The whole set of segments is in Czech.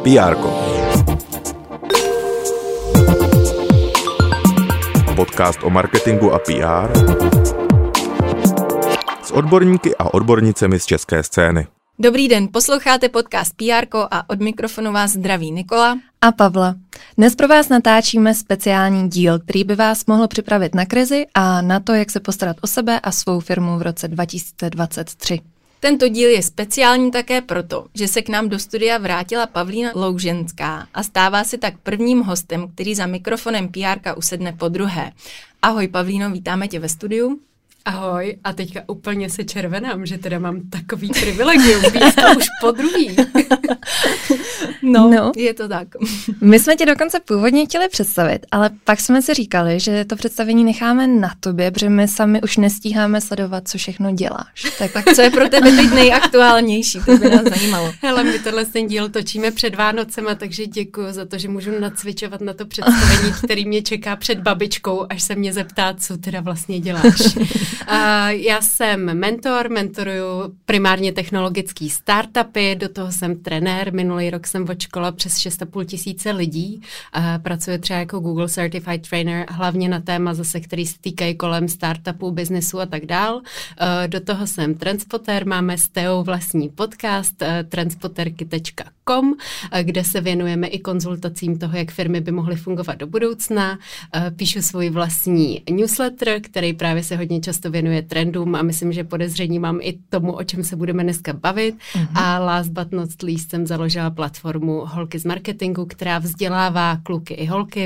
PR-ko. Podcast o marketingu a PR s odborníky a odbornicemi z české scény. Dobrý den, posloucháte podcast PR-ko a od mikrofonu vás zdraví Nikola a Pavla. Dnes pro vás natáčíme speciální díl, který by vás mohl připravit na krizi a na to, jak se postarat o sebe a svou firmu v roce 2023. Tento díl je speciální také proto, že se k nám do studia vrátila Pavlína Louženská a stává se tak prvním hostem, který za mikrofonem PR-ka usedne podruhé. Ahoj Pavlíno, vítáme tě ve studiu. Ahoj, a teďka úplně se červenám, že teda mám takový privilegium být to už podruhý. No, je to tak. My jsme tě dokonce původně chtěli představit, ale pak jsme si říkali, že to představení necháme na tobě, protože my sami už nestíháme sledovat, co všechno děláš. Tak co je pro tebe teď nejaktuálnější, to by nás zajímalo. Hele, my ten díl točíme před Vánocema, takže děkuji za to, že můžu nacvičovat na to představení, který mě čeká před babičkou, až se mě zeptá, co teda vlastně děláš. Já jsem mentoruju primárně technologický startupy, do toho jsem trenér, minulý rok jsem odškolila přes 6,5 tisíce lidí, pracuji třeba jako Google Certified Trainer, hlavně na téma zase, který se týkají kolem startupů, biznesu a tak dál. Do toho jsem transpoter, máme s Teou vlastní podcast transpoterky.com, kde se věnujeme i konzultacím toho, jak firmy by mohly fungovat do budoucna. Píšu svůj vlastní newsletter, který právě se hodně často věnuje trendům a myslím, že podezření mám i tomu, o čem se budeme dneska bavit. A last but not least jsem založila platformu Holky z marketingu, která vzdělává kluky i holky.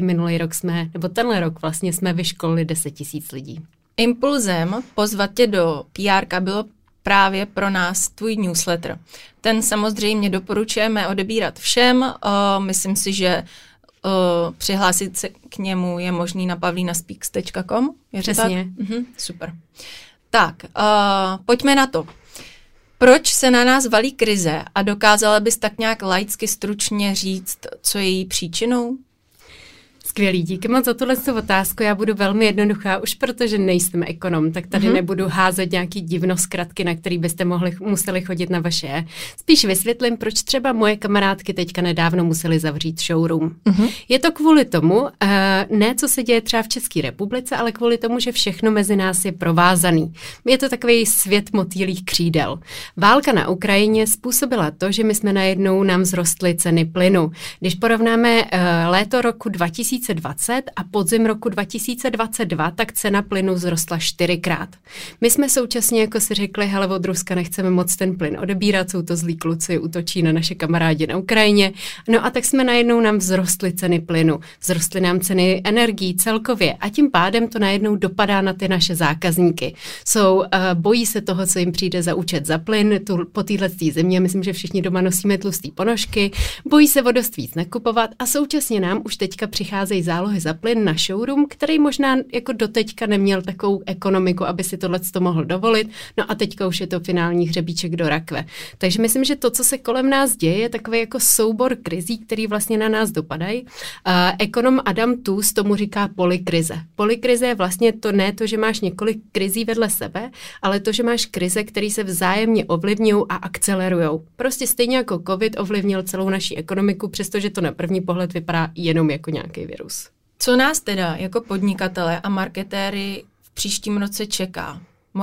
Tenhle rok vlastně jsme vyškolili 10 000 lidí. Impulzem pozvat tě do PR-ka bylo právě pro nás tvůj newsletter. Ten samozřejmě doporučujeme odebírat všem. Myslím si, že přihlásit se k němu je možný na pavlinaspeaks.com. Přesně. Super. Tak, pojďme na to. Proč se na nás valí krize a dokázala bys tak nějak laicky stručně říct, co je její příčinou? Skvělý, díky moc za tuhle otázku. Já budu velmi jednoduchá, už protože nejsem ekonom, tak tady nebudu házet nějaký divnoskratky, na který byste museli chodit na vaše. Spíš vysvětlím, proč třeba moje kamarádky teďka nedávno museli zavřít showroom. Je to kvůli tomu, ne co se děje třeba v České republice, ale kvůli tomu, že všechno mezi nás je provázaný. Je to takový svět motýlých křídel. Válka na Ukrajině způsobila to, že my jsme najednou nám vzrostly ceny plynu. Když porovnáme léto roku 2020 a podzim roku 2022, tak cena plynu vzrostla 4krát. My jsme současně jako si řekli, hele, od Ruska nechceme moc ten plyn odebírat, jsou to zlí kluci, útočí na naše kamarádi na Ukrajině. No a tak jsme najednou nám vzrostly ceny plynu, vzrostly nám ceny energií celkově a tím pádem to najednou dopadá na ty naše zákazníky. Bojí se toho, co jim přijde za účet za plyn, po této země, myslím, že všichni doma nosíme tlustý ponožky, bojí se o dost víc nakupovat a současně nám už teďka přicházejí zálohy za plyn na showroom, který možná jako doteďka neměl takovou ekonomiku, aby si tohleto mohl dovolit, no a teďka už je to finální hřebíček do rakve. Takže myslím, že to, co se kolem nás děje, je takový jako soubor krizí, který vlastně na nás dopadají. Ekonom Adam Tooze tomu říká polykrize. Polykrize je vlastně to, že máš několik krizí vedle sebe, ale to, že máš krize, které se vzájemně ovlivňují a akcelerujou. Prostě stejně jako COVID ovlivnil celou naši ekonomiku, přestože to na první pohled vypadá jenom jako nějaký virus. Co nás teda jako podnikatele a marketéry v příštím roce čeká?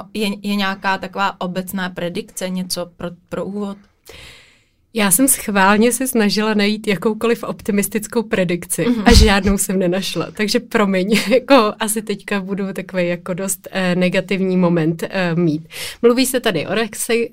Je nějaká taková obecná predikce, něco pro úvod? Já jsem schválně se snažila najít jakoukoliv optimistickou predikci a žádnou jsem nenašla, takže promiň, jako asi teďka budu takový jako dost negativní moment mít. Mluví se tady o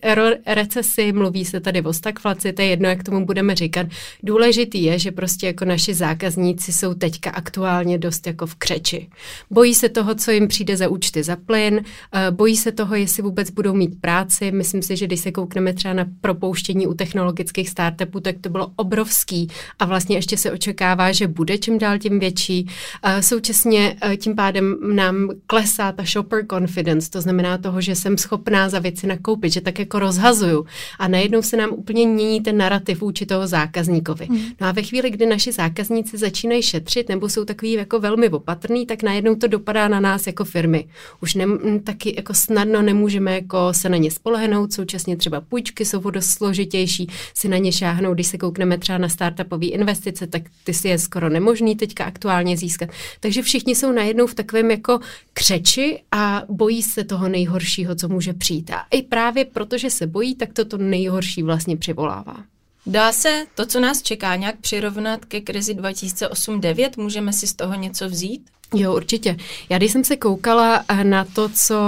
recesi, mluví se tady o stagflaci, to je jedno, jak tomu budeme říkat. Důležitý je, že prostě jako naši zákazníci jsou teďka aktuálně dost jako v křeči. Bojí se toho, co jim přijde za účty za plyn, bojí se toho, jestli vůbec budou mít práci. Myslím si, že když se koukneme třeba na propouštění u technologických startupů, tak to bylo obrovský a vlastně ještě se očekává, že bude čím dál tím větší. Současně tím pádem nám klesá ta shopper confidence, to znamená toho, že jsem schopná za věci nakoupit, že tak jako rozhazuju a najednou se nám úplně mění ten narrativ vůči toho zákazníkovi. No a ve chvíli, kdy naši zákazníci začínají šetřit nebo jsou takový jako velmi opatrný, tak najednou to dopadá na nás jako firmy. Už taky jako snadno nemůžeme jako se na ně spolehnout, současně třeba půjčky jsou dost složitější. si na ně šáhnout. Když se koukneme třeba na startupové investice, tak ty si je skoro nemožný teďka aktuálně získat. Takže všichni jsou najednou v takovém jako křeči a bojí se toho nejhoršího, co může přijít. A i právě protože se bojí, tak to nejhorší vlastně přivolává. Dá se to, co nás čeká, nějak přirovnat ke krizi 2008-2009? Můžeme si z toho něco vzít? Jo, určitě. Já když jsem se koukala na to, co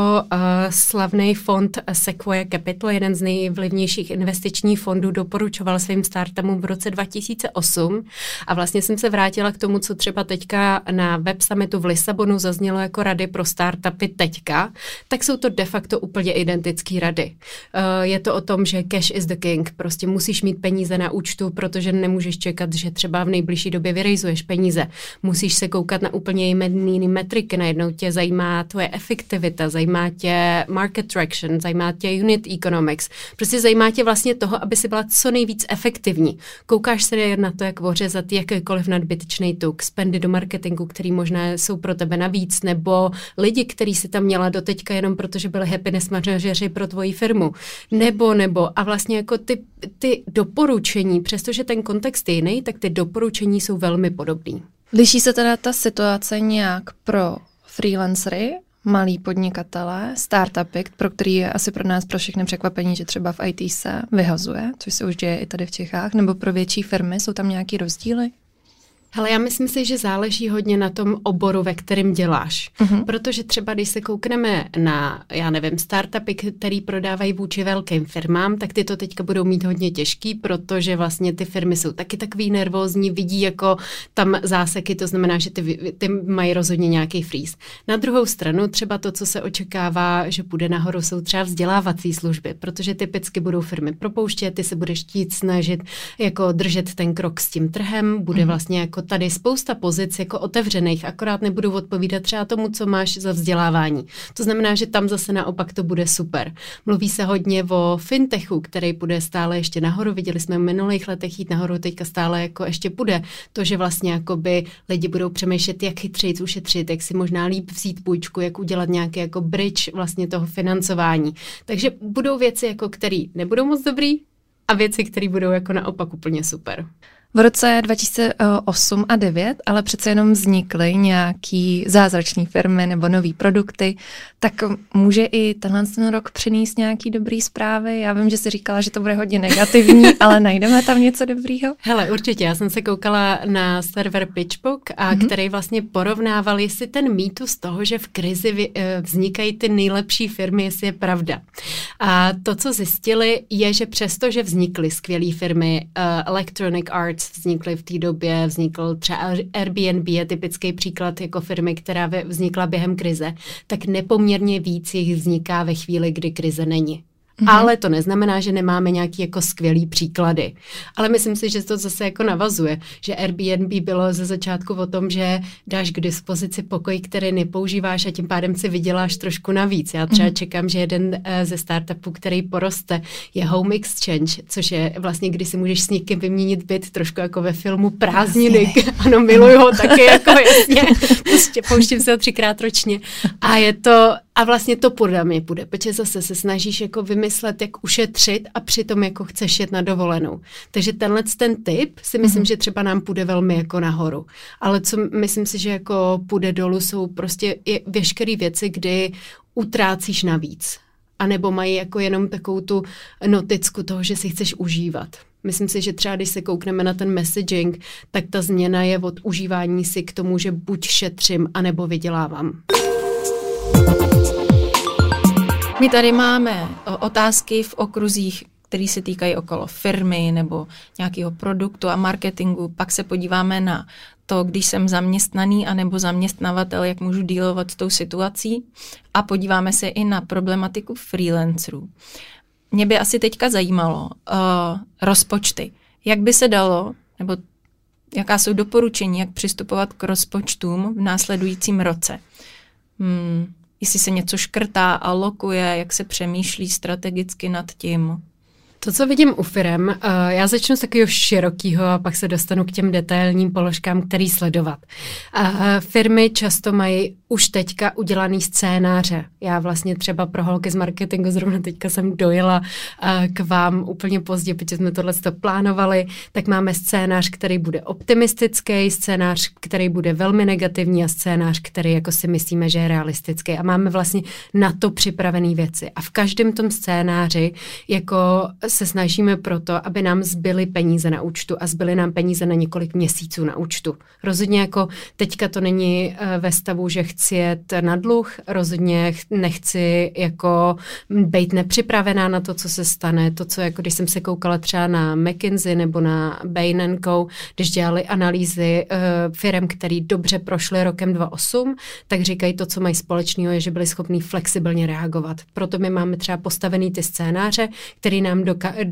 slavný fond Sequoia Capital, jeden z nejvlivnějších investičních fondů, doporučoval svým startupům v roce 2008 a vlastně jsem se vrátila k tomu, co třeba teďka na Web Summitu v Lisabonu zaznělo jako rady pro startupy teďka, tak jsou to de facto úplně identické rady. Je to o tom, že cash is the king, prostě musíš mít peníze na účtu, protože nemůžeš čekat, že třeba v nejbližší době vyrejzuješ peníze. Musíš se koukat na úplně jiné metriky, najednou tě zajímá tvoje efektivita, zajímá tě market traction, zajímá tě unit economics, prostě zajímá tě vlastně toho, aby si byla co nejvíc efektivní. Koukáš se na to, jak ořezat jakýkoliv nadbytečný tuk, spendy do marketingu, který možná jsou pro tebe navíc, nebo lidi, který si tam měla doteďka jenom protože byli happiness manažeři pro tvoji firmu, nebo a vlastně jako ty doporučení, přestože ten kontext je jiný, tak ty doporučení jsou velmi podobný. Liší se teda ta situace nějak pro freelancery, malí podnikatele, startupy, pro který je asi pro nás pro všechny překvapení, že třeba v IT se vyhazuje, což se už děje i tady v Čechách, nebo pro větší firmy, jsou tam nějaký rozdíly? Hele, já myslím si, že záleží hodně na tom oboru, ve kterém děláš. Protože třeba, když se koukneme na, já nevím, startupy, který prodávají vůči velkým firmám, tak ty to teďka budou mít hodně těžký, protože vlastně ty firmy jsou taky takový nervózní, vidí jako tam záseky, to znamená, že ty mají rozhodně nějaký freeze. Na druhou stranu třeba to, co se očekává, že půjde nahoru, jsou třeba vzdělávací služby, protože typicky budou firmy propouštět, ty se budeš chtít snažit jako držet ten krok s tím trhem, bude vlastně jako tady spousta pozic jako otevřených, akorát nebudou odpovídat třeba tomu, co máš za vzdělávání. To znamená, že tam zase naopak to bude super. Mluví se hodně o fintechu, který bude stále ještě nahoru. Viděli jsme v minulých letech jít nahoru, teďka stále jako ještě půjde. To, že vlastně jakoby lidi budou přemýšlet, jak chytřejc ušetřit, jak si možná líp vzít půjčku, jak udělat nějaký jako bridge vlastně toho financování. Takže budou věci, jako které nebudou moc dobrý a věci, které budou jako naopak úplně super. V roce 2008 a 2009 ale přece jenom vznikly nějaký zázračný firmy nebo nový produkty, tak může i ten rok přinést nějaký dobrý zprávy? Já vím, že jsi říkala, že to bude hodně negativní, ale najdeme tam něco dobrýho? Hele, určitě. Já jsem se koukala na server PitchBook, který vlastně porovnával, jestli ten mýtus toho, že v krizi vznikají ty nejlepší firmy, jestli je pravda. A to, co zjistili, je, že přesto, že vznikly skvělé firmy, Electronic Arts vznikly v té době, vznikl třeba Airbnb je typický příklad jako firmy, která vznikla během krize, tak nepoměrně víc jich vzniká ve chvíli, kdy krize není. Ale to neznamená, že nemáme nějaký jako skvělý příklady. Ale myslím si, že to zase jako navazuje, že Airbnb bylo ze začátku o tom, že dáš k dispozici pokoj, který nepoužíváš a tím pádem si vyděláš trošku navíc. Já třeba čekám, že jeden ze startupů, který poroste, je Home Exchange, což je vlastně, kdy si můžeš s někým vyměnit byt, trošku jako ve filmu Prázdniny. Ano, miluju ho taky, jako jasně. Pouštím se ho 3krát ročně. A vlastně to podle mě půjde, protože zase se snažíš jako vymyslet, jak ušetřit a přitom jako chceš jet na dovolenou. Takže ten tip si myslím, že třeba nám půjde velmi jako nahoru. Ale co myslím si, že jako půjde dolů, jsou prostě veškeré věci, kdy utrácíš navíc. A nebo mají jako jenom takovou tu noticku toho, že si chceš užívat. Myslím si, že třeba když se koukneme na ten messaging, tak ta změna je od užívání si k tomu, že buď šetřím, anebo vydělávám. My tady máme otázky v okruzích, které se týkají okolo firmy nebo nějakého produktu a marketingu. Pak se podíváme na to, když jsem zaměstnaný anebo zaměstnavatel, jak můžu dealovat s tou situací. A podíváme se i na problematiku freelancerů. Mě by asi teďka zajímalo rozpočty. Jak by se dalo, nebo jaká jsou doporučení, jak přistupovat k rozpočtům v následujícím roce. Jestli se něco škrtá, alokuje, jak se přemýšlí strategicky nad tím. To, co vidím u firem, já začnu z takového širokého a pak se dostanu k těm detailním položkám, který sledovat. Firmy často mají už teďka udělaný scénáře. Já vlastně třeba pro holky z marketingu zrovna teďka jsem dojela k vám úplně pozdě, protože jsme tohle plánovali, tak máme scénář, který bude optimistický, scénář, který bude velmi negativní a scénář, který jako si myslíme, že je realistický. A máme vlastně na to připravené věci. A v každém tom scénáři jako se snažíme proto, aby nám zbyly peníze na účtu a zbyly nám peníze na několik měsíců na účtu. Rozhodně jako teďka to není ve stavu, že chci jet na dluh, rozhodně nechci jako být nepřipravená na to, co se stane. To, co jako když jsem se koukala třeba na McKinsey nebo na Bain & Co., když dělali analýzy firem, který dobře prošly rokem 2008, tak říkají to, co mají společného, je, že byli schopní flexibilně reagovat. Proto my máme třeba postavený ty scénáře, který nám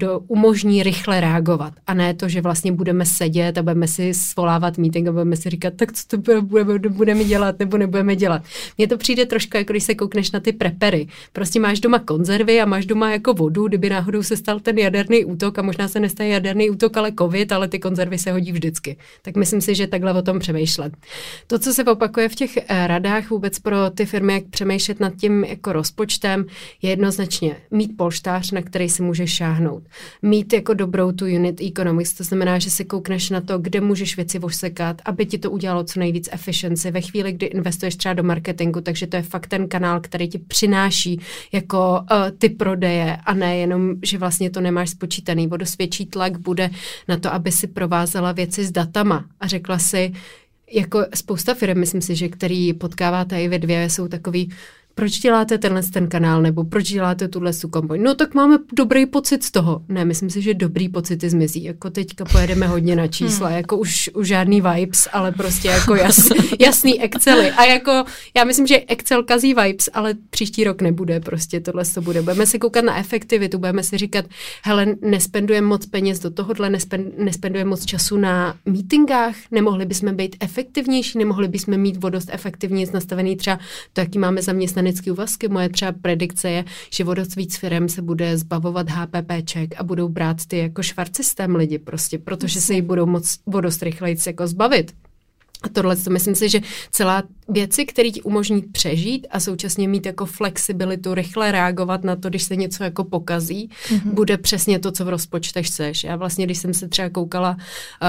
umožní rychle reagovat. A ne to, že vlastně budeme sedět a budeme si svolávat meeting a budeme si říkat, tak co to budeme dělat nebo nebudeme dělat. Mně to přijde trošku, jako když se koukneš na ty prepery. Prostě máš doma konzervy a máš doma jako vodu, kdyby náhodou se stal ten jaderný útok a možná se nestane jaderný útok, ale covid, ale ty konzervy se hodí vždycky. Tak myslím si, že takhle o tom přemýšlet. To, co se opakuje v těch radách vůbec pro ty firmy, jak přemýšlet nad tím jako rozpočtem, je jednoznačně mít polštář, na který si můžeš šáhnout. Mít jako dobrou tu unit economics, to znamená, že se koukneš na to, kde můžeš věci osekat, aby ti to udělalo co nejvíc efficiency ve chvíli, kdy investuješ třeba do marketingu, takže to je fakt ten kanál, který ti přináší jako ty prodeje a ne jenom, že vlastně to nemáš spočítaný. Vodosvědčí tlak bude na to, aby si provázela věci s datama a řekla si, jako spousta firm, myslím si, že který potkáváte i ve dvě, jsou takový, proč děláte ten kanál, nebo proč děláte tuhle kampaň? No tak máme dobrý pocit z toho. Ne, myslím si, že dobrý pocity zmizí. Jako teďka pojedeme hodně na čísla, jako už žádný vibes, ale prostě jako jasný Excely. A jako já myslím, že Excel kazí vibes, ale příští rok nebude, prostě tohle to bude. Budeme se koukat na efektivitu, budeme si říkat, hele, nespendujeme moc peněz do tohohle, nespendujeme moc času na meetingách, nemohli bychom být efektivnější, nemohli bychom mít vodost efektivně nastavený třeba to, jaký máme zaměstnanecký úvazky. Moje třeba predikce je, že vodost víc firem se bude zbavovat HPPček a budou brát ty jako švarcsystém lidi prostě, protože se jí budou moc vodost rychlejc jako zbavit. A tohle, to myslím si, že celá věci, které ti umožní přežít a současně mít jako flexibilitu, rychle reagovat na to, když se něco jako pokazí, bude přesně to, co v rozpočtech chceš. Já vlastně, když jsem se třeba koukala,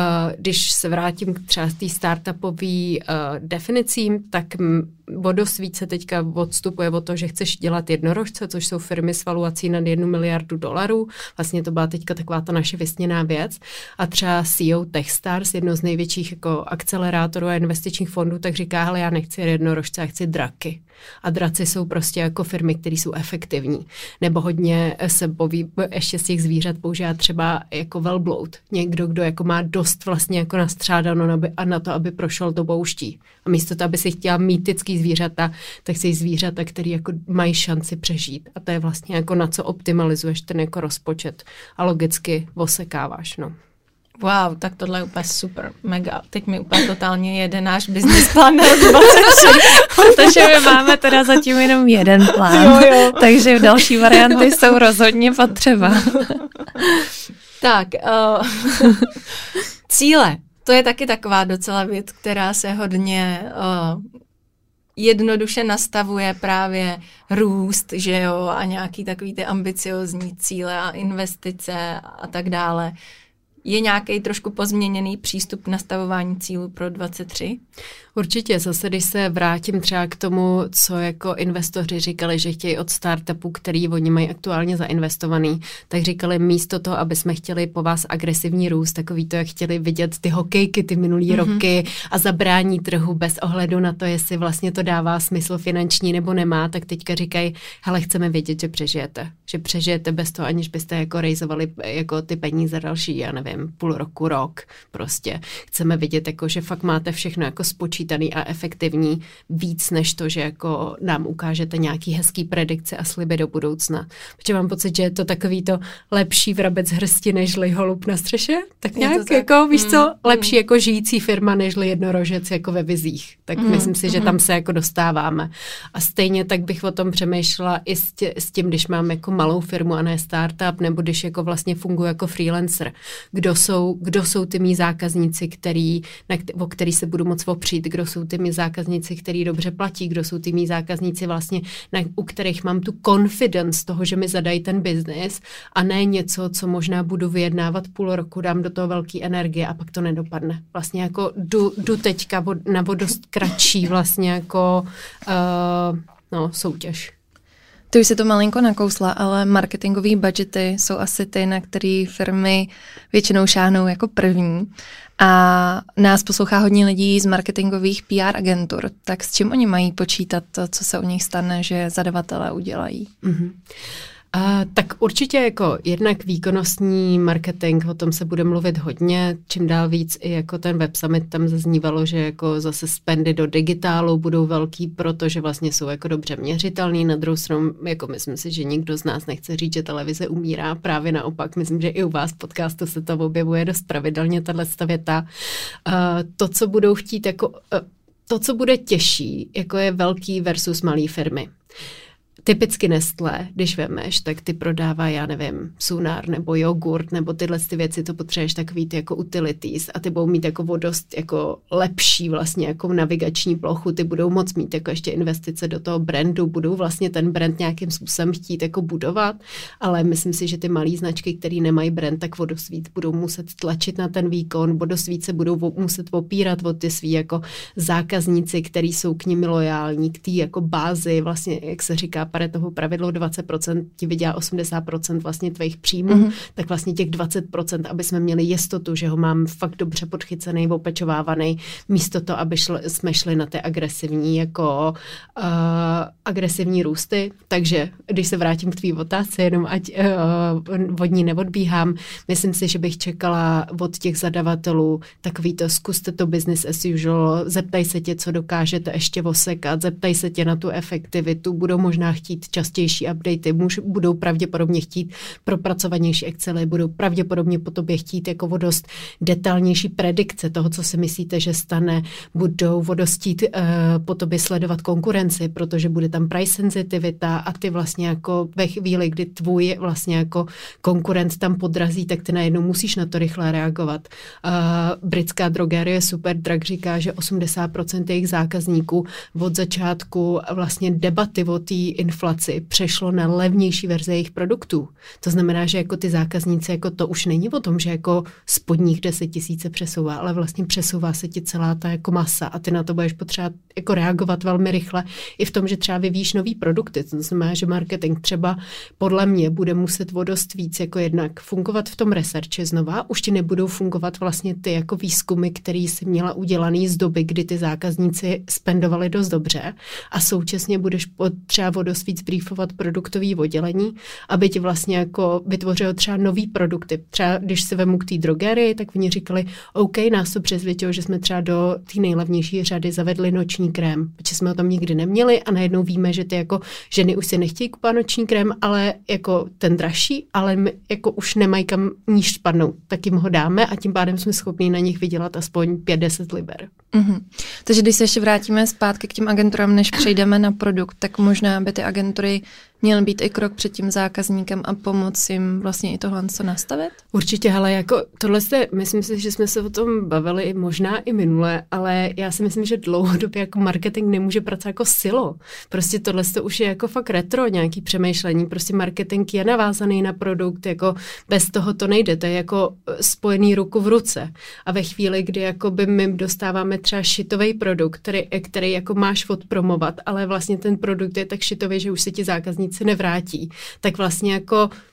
když se vrátím třeba z té startupové definicím, tak vodost více teďka odstupuje od toho, že chceš dělat jednorožce, což jsou firmy s valuací nad $1 miliardu. Vlastně to byla teďka taková ta naše vysněná věc. A třeba CEO Techstars, jedno z největších jako akcelerátorů a investičních fondů, tak říká, hele, já nechci jednorožce, já chci draky. A draci jsou prostě jako firmy, které jsou efektivní. Nebo hodně se baví ještě z těch zvířat používá třeba jako velbloud. Někdo, kdo jako má dost vlastně jako nastřádáno a na to, aby prošel do pouští. A místo toho, aby si chtěla mýtický zvířata, tak si zvířata, které jako mají šanci přežít. A to je vlastně jako na co optimalizuješ ten jako rozpočet. A logicky osekáváš, no. Wow, tak tohle je úplně super, mega. Teď mi úplně totálně jede náš business plán na rok 23. Protože my máme teda zatím jenom jeden plán, jo. Takže další varianty jsou rozhodně potřeba. Tak, cíle. To je taky taková docela věc, která se hodně jednoduše nastavuje právě růst, že jo, a nějaký takový ty ambiciozní cíle a investice a tak dále. Je nějaký trošku pozměněný přístup k nastavování cílů pro 23? Určitě, zase když se vrátím třeba k tomu, co jako investoři říkali, že chtějí od startupů, který oni mají aktuálně zainvestovaný, tak říkali místo toho, aby jsme chtěli po vás agresivní růst, takový to, jak chtěli vidět ty hokejky, ty minulý roky a zabrání trhu bez ohledu na to, jestli vlastně to dává smysl finanční nebo nemá, tak teďka říkají, hele, chceme vědět, že přežijete bez toho, aniž byste jako rejzovali jako ty peníze další, já nevím, nevím, půl roku, rok prostě. Chceme vidět, jako, že fakt máte všechno jako spočítaný a efektivní víc, než to, že jako nám ukážete nějaký hezký predikce a sliby do budoucna. Protože mám pocit, že je to takový to lepší vrabec hrsti, nežli holub na střeše. Tak nějak tak. Jako, víš co, lepší jako žijící firma, nežli jednorožec jako ve vizích. Tak myslím si, že tam se jako dostáváme. A stejně tak bych o tom přemýšlela i s tím, když mám jako malou firmu a ne startup, nebo když jako vlastně funguji jako freelancer. Kdo jsou ty mý zákazníci, o který se budu moc opřít, kdo jsou ty mý zákazníci, který dobře platí, kdo jsou ty mý zákazníci vlastně, u kterých mám tu confidence toho, že mi zadají ten biznis a ne něco, co možná budu vyjednávat půl roku, dám do toho velký energie a pak to nedopadne. Vlastně jako jdu teďka na dost kratší vlastně jako soutěž. Ty už si to malinko nakousla, ale marketingové budgety jsou asi ty, na které firmy většinou šáhnou jako první. A nás poslouchá hodně lidí z marketingových PR agentur. Tak s čím oni mají počítat, co se u nich stane, že zadavatelé udělají? Mm-hmm. Tak určitě jako jednak výkonnostní marketing, o tom se bude mluvit hodně, čím dál víc i jako ten Web Summit tam zaznívalo, že jako zase spendy do digitálu budou velký, protože vlastně jsou jako dobře měřitelný. Na druhou stranu, jako myslím si, že nikdo z nás nechce říct, že televize umírá, právě naopak, myslím, že i u vás v podcastu se to objevuje dost pravidelně, tato věta. To, co budou chtít, jako to, co bude těžší, jako je velký versus malý firmy. Typicky Nestlé, když vemeš, tak ty prodává, já nevím, sunár nebo jogurt nebo tyhle ty věci, to potřebuješ takový ty jako utilities a ty budou mít jako dost jako lepší vlastně jako navigační plochu, ty budou moc mít jako ještě investice do toho brandu, budou vlastně ten brand nějakým způsobem chtít jako budovat, ale myslím si, že ty malý značky, které nemají brand, tak o dost víc budou muset tlačit na ten výkon, o dost víc se budou muset opírat o ty svý jako zákazníci, který jsou k nimi lojální, k té jako bázi, vlastně, jak se říká, toho pravidlo 20% ti vydělá 80% vlastně tvých příjmů, tak vlastně těch 20%, aby jsme měli jistotu, že ho mám fakt dobře podchycený, opečovávaný, místo to, aby jsme šli na ty agresivní jako agresivní růsty. Takže když se vrátím k tvý otázce, jenom ať od ní neodbíhám, myslím si, že bych čekala od těch zadavatelů takový to, zkuste to business as usual, zeptaj se tě, co dokážete ještě osekat, zeptaj se tě na tu efektivitu, budou možná chtít častější updaty, budou pravděpodobně chtít propracovanější Excely, budou pravděpodobně po tobě chtít jako o dost detailnější predikce toho, co si myslíte, že stane, budou o dost chtít po tobě sledovat konkurenci, protože bude tam price sensitivita a ty vlastně jako ve chvíli, kdy tvůj vlastně jako konkurent tam podrazí, tak ty najednou musíš na to rychle reagovat. Britská drogerie Superdrug říká, že 80% jejich zákazníků od začátku vlastně debaty o té inflaci přešlo na levnější verze jejich produktů. To znamená, že jako ty zákazníci, jako to už není o tom, že jako spodních 10 000 se přesouvá, ale vlastně přesouvá se ti celá ta jako masa a ty na to budeš potřebovat jako reagovat velmi rychle i v tom, že třeba vyvíjíš nový produkty. To znamená, že marketing třeba podle mě bude muset o dost víc jako jednak fungovat v tom researchi znova, už ti nebudou fungovat vlastně ty jako výzkumy, který jsi měla udělaný z doby, kdy ty zákazníci spendovali dost dobře a současně budeš třeba o dost víc briefovat produktový oddělení, aby ti vlastně jako vytvořilo třeba nový produkty. Třeba když se vemu k té drogerii, tak oni říkali, OK, nás to přesvědčilo, že jsme třeba do té nejlevnější řady zavedli noční krém, protože jsme ho tam nikdy neměli a najednou víme, že ty jako ženy už si nechtějí kupovat noční krém, ale jako ten dražší, ale jako už nemají kam níž spadnout, tak jim ho dáme a tím pádem jsme schopni na nich vydělat aspoň 5-10 liber. Mm-hmm. Takže když se ještě vrátíme zpátky k těm agenturám, než přejdeme na produkt, tak možná by ty agentury měl být i krok před tím zákazníkem a pomoct jim vlastně i tohle co nastavit? Určitě, hele, jako tohle myslím si, že jsme se o tom bavili možná i minule, ale já si myslím, že dlouhodobě jako marketing nemůže pracovat jako silo. Prostě tohle už je jako fakt retro nějaký přemýšlení, prostě marketing je navázaný na produkt, jako bez toho to nejde, to je jako spojený ruku v ruce. A ve chvíli, kdy jakoby my dostáváme třeba šitový produkt, který jako máš odpromovat, ale vlastně ten produkt je tak šitový, že už se ti zákazníci nevrátí, tak vlastně jako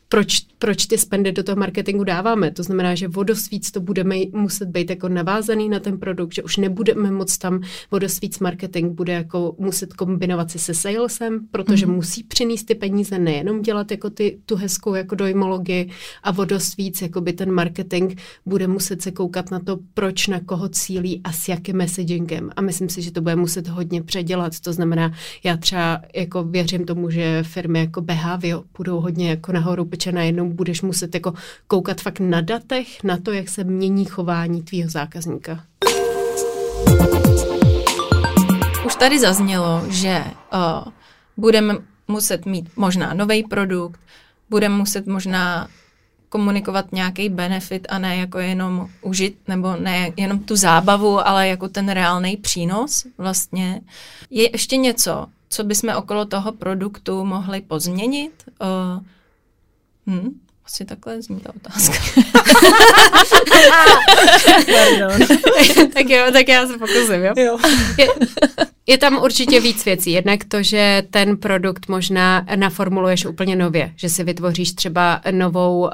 proč ty spendy do toho marketingu dáváme. To znamená, že o dost víc to budeme muset být jako navázaný na ten produkt, že už nebudeme moc tam o dost víc marketing bude jako muset kombinovat si se salesem, protože musí přinést ty peníze, nejenom dělat jako tu hezkou jako dojmologii a o dost víc jako by ten marketing bude muset se koukat na to, proč na koho cílí a s jakým messagingem. A myslím si, že to bude muset hodně předělat. To znamená, já třeba jako věřím tomu, že firmy jako Behavio budou hodně jako nahoru, protože najednou budeš muset jako koukat fakt na datech, na to, jak se mění chování tvýho zákazníka. Už tady zaznělo, že budeme muset mít možná nový produkt, budeme muset možná komunikovat nějaký benefit a ne jako jenom užit, nebo ne jenom tu zábavu, ale jako ten reálný přínos vlastně. Je ještě něco, co bychom okolo toho produktu mohli pozměnit? Asi takhle zní ta otázka. tak já se pokusím, jo? Je tam určitě víc věcí. Jednak to, že ten produkt možná naformuluješ úplně nově, že si vytvoříš třeba novou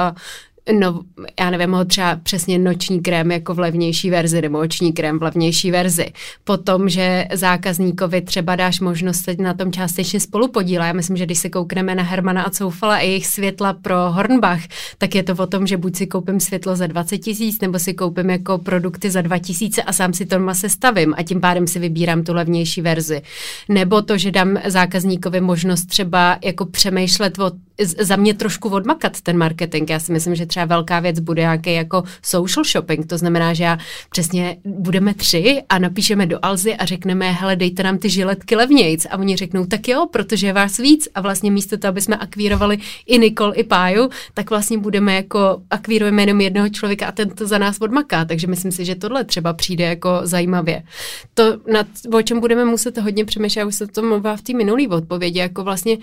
já nevím, třeba přesně noční krém jako v levnější verzi nebo oční krém v levnější verzi. Potom, že zákazníkovi třeba dáš možnost se na tom částečně spolupodílet. Já myslím, že když se koukneme na Hermana a Zoufala a jejich světla pro Hornbach, tak je to o tom, že buď si koupím světlo za 20 000, nebo si koupím jako produkty za 2 000 a sám si to doma sestavím a tím pádem si vybírám tu levnější verzi. Nebo to, že dám zákazníkovi možnost třeba jako přemýšlet za mě trošku odmakat ten marketing. Já si myslím, že třeba velká věc bude nějaký jako social shopping, to znamená, že přesně budeme 3 a napíšeme do Alzy a řekneme, hele, dejte nám ty žiletky levnějc a oni řeknou, tak jo, protože je vás víc a vlastně místo toho, aby jsme akvírovali i Nikol, i Páju, tak vlastně budeme jako akvírujeme jenom jednoho člověka a ten to za nás odmaká, takže myslím si, že tohle třeba přijde jako zajímavě. To, o čem budeme muset hodně přemýšlet, už se to mluvila v té minulý odpovědi, jako vlastně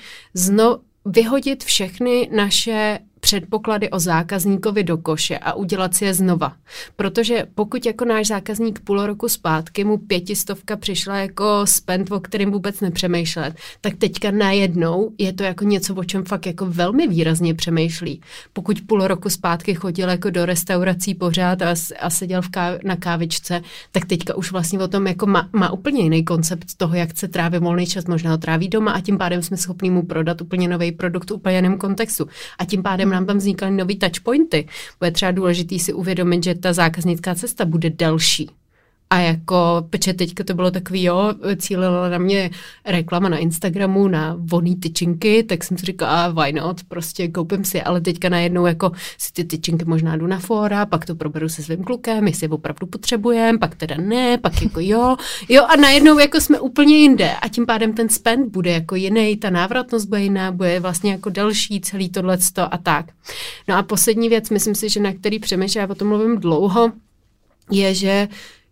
vyhodit všechny naše předpoklady o zákazníkovi do koše a udělat si je znova. Protože pokud jako náš zákazník půl roku zpátky mu 500 přišla jako spend, o kterém vůbec nepřemýšlet, tak teďka najednou je to jako něco, o čem fakt jako velmi výrazně přemýšlí. Pokud půl roku zpátky chodil jako do restaurací pořád a seděl na kávičce, tak teďka už vlastně o tom jako má úplně jiný koncept toho, jak se tráví volný čas, možná ho tráví doma a tím pádem jsme schopni mu prodat úplně nový produkt v úplně jiném kontextu. A tím pádem nám tam vznikaly nový touchpointy. Bude třeba důležitý si uvědomit, že ta zákaznická cesta bude delší. A jako, protože teďka to bylo takový, cílila na mě reklama na Instagramu na vonný tyčinky, tak jsem si říkala, why not, prostě koupím si, ale teďka najednou jako si ty tyčinky možná jdu na fóra, pak to proberu se svým klukem, jestli je opravdu potřebujeme, pak teda ne, pak jako jo a najednou jako jsme úplně jinde a tím pádem ten spend bude jako jiný, ta návratnost bude jiná, bude vlastně jako další celý tohleto a tak. No a poslední věc, myslím si, že na který přemýšlím, já o tom mluvím dlouho, je, že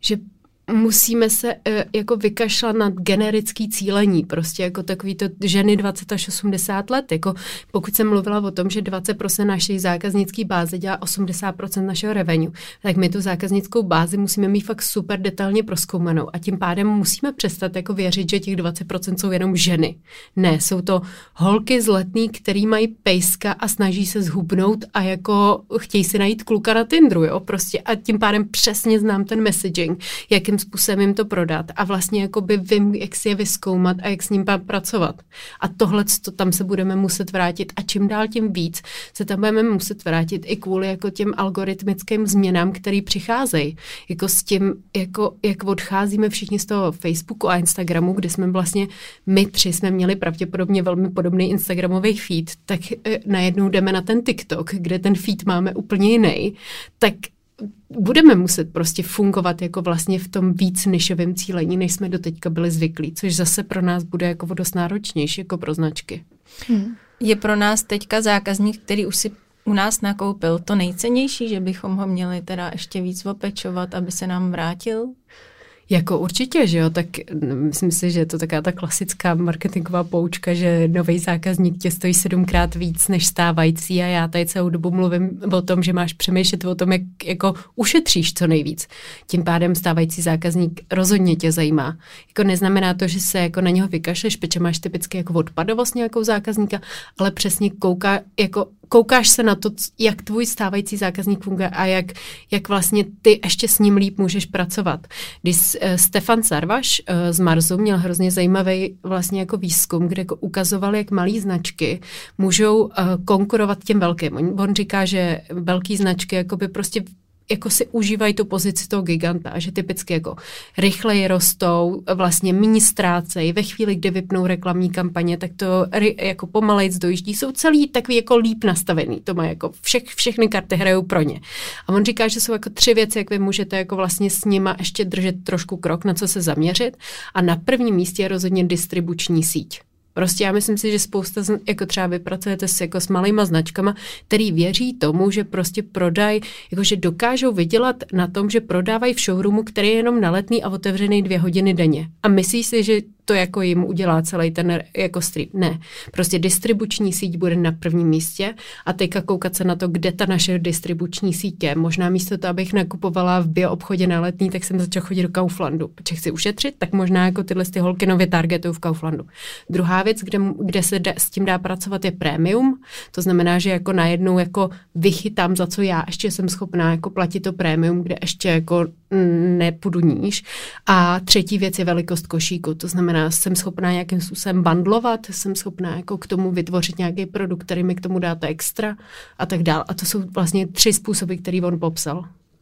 musíme se jako vykašlat nad generický cílení, prostě jako takový to ženy 20 až 80 let, jako pokud jsem mluvila o tom, že 20% naší zákaznické báze dělá 80% našeho revenue, tak my tu zákaznickou bázi musíme mít fakt super detailně prozkoumanou a tím pádem musíme přestat jako věřit, že těch 20% jsou jenom ženy. Ne, jsou to holky z Letný, který mají pejska a snaží se zhubnout a jako chtějí si najít kluka na Tinderu, jo, prostě a tím pádem přesně znám ten messaging, jakým způsobem jim to prodat a vlastně jakoby vím, jak si je vyzkoumat a jak s ním pracovat. A tohle tam se budeme muset vrátit a čím dál tím víc se tam budeme muset vrátit i kvůli jako těm algoritmickým změnám, které přicházejí. Jako s tím, jako jak odcházíme všichni z toho Facebooku a Instagramu, kde jsme vlastně my 3 jsme měli pravděpodobně velmi podobný instagramový feed, tak najednou jdeme na ten TikTok, kde ten feed máme úplně jiný, tak budeme muset prostě fungovat jako vlastně v tom víc nišovém cílení, než jsme doteďka byli zvyklí, což zase pro nás bude jako dost náročnější jako pro značky. Je pro nás teďka zákazník, který už si u nás nakoupil, to nejcennější, že bychom ho měli teda ještě víc opečovat, aby se nám vrátil? Jako určitě, že jo, tak myslím si, že je to taková ta klasická marketingová poučka, že nový zákazník tě stojí 7krát víc než stávající a já tady celou dobu mluvím o tom, že máš přemýšlet o tom, jak jako ušetříš co nejvíc. Tím pádem stávající zákazník rozhodně tě zajímá. Jako neznamená to, že se jako na něho vykašleš, protože máš typicky jako odpadovost nějakou zákazníka, ale přesně koukáš se na to, jak tvůj stávající zákazník funguje a jak vlastně ty ještě s ním líp můžeš pracovat. Když Stefan Sarvaš z Marsu měl hrozně zajímavý vlastně jako výzkum, kde jako ukazoval, jak malý značky můžou konkurovat těm velkým. On říká, že velký značky jakoby prostě jako si užívají tu pozici toho giganta a že typicky jako rychleji rostou, vlastně méně ztrácejí. Ve chvíli, kdy vypnou reklamní kampaně, tak to jako pomalejc dojíždí. Jsou celý takový jako líp nastavený. To má jako všechny karty hrajou pro ně. A on říká, že jsou jako 3 věci, jak vy můžete jako vlastně s nima ještě držet trošku krok, na co se zaměřit. A na prvním místě je rozhodně distribuční síť. Prostě já myslím si, že spousta, jako třeba vy pracujete jako s malýma značkama, který věří tomu, že prostě prodají, jakože dokážou vydělat na tom, že prodávají v showroomu, který je jenom na Letný a otevřený 2 hodiny denně. A myslí si, že to jako jim udělá celý ten jako stream. Ne. Prostě distribuční síť bude na prvním místě a teďka koukat se na to, kde ta naše distribuční síť je. Možná místo toho, abych nakupovala v bioobchodě na Letný, tak jsem začala chodit do Kauflandu. Protože chci ušetřit, tak možná jako tyhle ty holky nově targetují v Kauflandu. Druhá věc, kde se s tím dá pracovat, je prémium. To znamená, že jako najednou jako vychytám, za co já ještě jsem schopná jako platit to prémium, kde ještě jako nepůjdu níž. A třetí věc je velikost košíku. To znamená, jsem schopná nějakým způsobem bundlovat, jsem schopná jako k tomu vytvořit nějaký produkt, který mi k tomu dáte extra a tak dál. A to jsou vlastně 3 způsoby, který on popsal.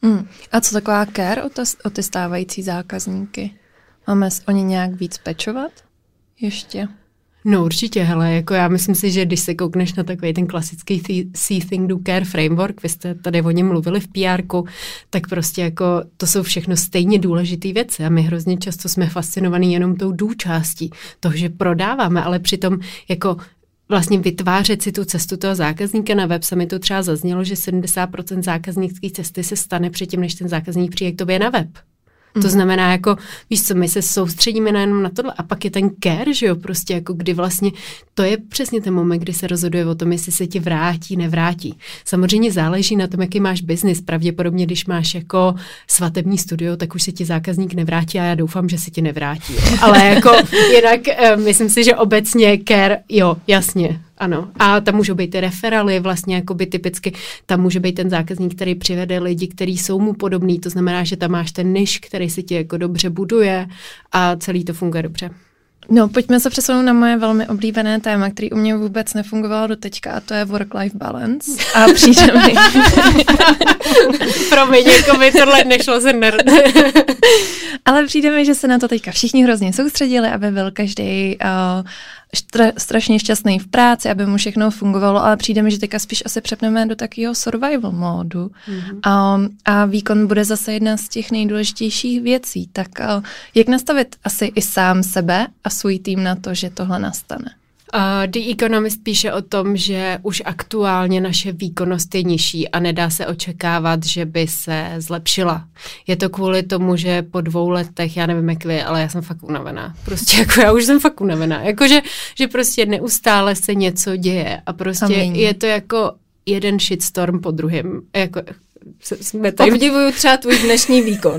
A co taková care o ty stávající zákazníky? Máme o ně nějak víc pečovat ještě? No určitě, hele, jako já myslím si, že když se koukneš na takový ten klasický See, Think, Do, Care framework, vy jste tady o něm mluvili v PR-ku, tak prostě jako to jsou všechno stejně důležité věci a my hrozně často jsme fascinovaní jenom tou do částí toho, že prodáváme, ale přitom jako vlastně vytvářet si tu cestu toho zákazníka na web. Sami to třeba zaznělo, že 70% zákaznické cesty se stane předtím, než ten zákazník přijde k tobě na web. To znamená, jako, víš co, my se soustředíme jenom na tohle a pak je ten care, že jo, prostě jako kdy vlastně, to je přesně ten moment, kdy se rozhoduje o tom, jestli se ti vrátí, nevrátí. Samozřejmě záleží na tom, jaký máš biznis. Pravděpodobně, když máš jako svatební studio, tak už se ti zákazník nevrátí a já doufám, že se ti nevrátí. Jo. Ale jako jinak myslím si, že obecně care, jo, jasně. Ano, a tam můžou být ty referaly, vlastně jakoby typicky, tam může být ten zákazník, který přivede lidi, kteří jsou mu podobný, to znamená, že tam máš ten niž, který se ti jako dobře buduje a celý to funguje dobře. No, pojďme se přesunout na moje velmi oblíbené téma, který u mě vůbec nefungovalo do teďka, a to je work-life balance. A přijde mi... Promiň, jako by tohle nešlo se Ale přijde mi, že se na to teďka všichni hrozně soustředili, aby byl každý strašně šťastný v práci, aby mu všechno fungovalo, ale přijde mi, že teďka spíš asi přepneme do takového survival módu. A výkon bude zase jedna z těch nejdůležitějších věcí. Tak jak nastavit asi i sám sebe a svůj tým na to, že tohle nastane? The Economist píše o tom, že už aktuálně naše výkonnost je nižší a nedá se očekávat, že by se zlepšila. Je to kvůli tomu, že po 2 letech, já nevím jak vy, ale já jsem fakt unavená. Prostě jako já už jsem fakt unavená. Jakože že prostě neustále se něco děje a prostě je to jako jeden shitstorm po druhém. Jako obdivuju třeba tvůj dnešní výkon.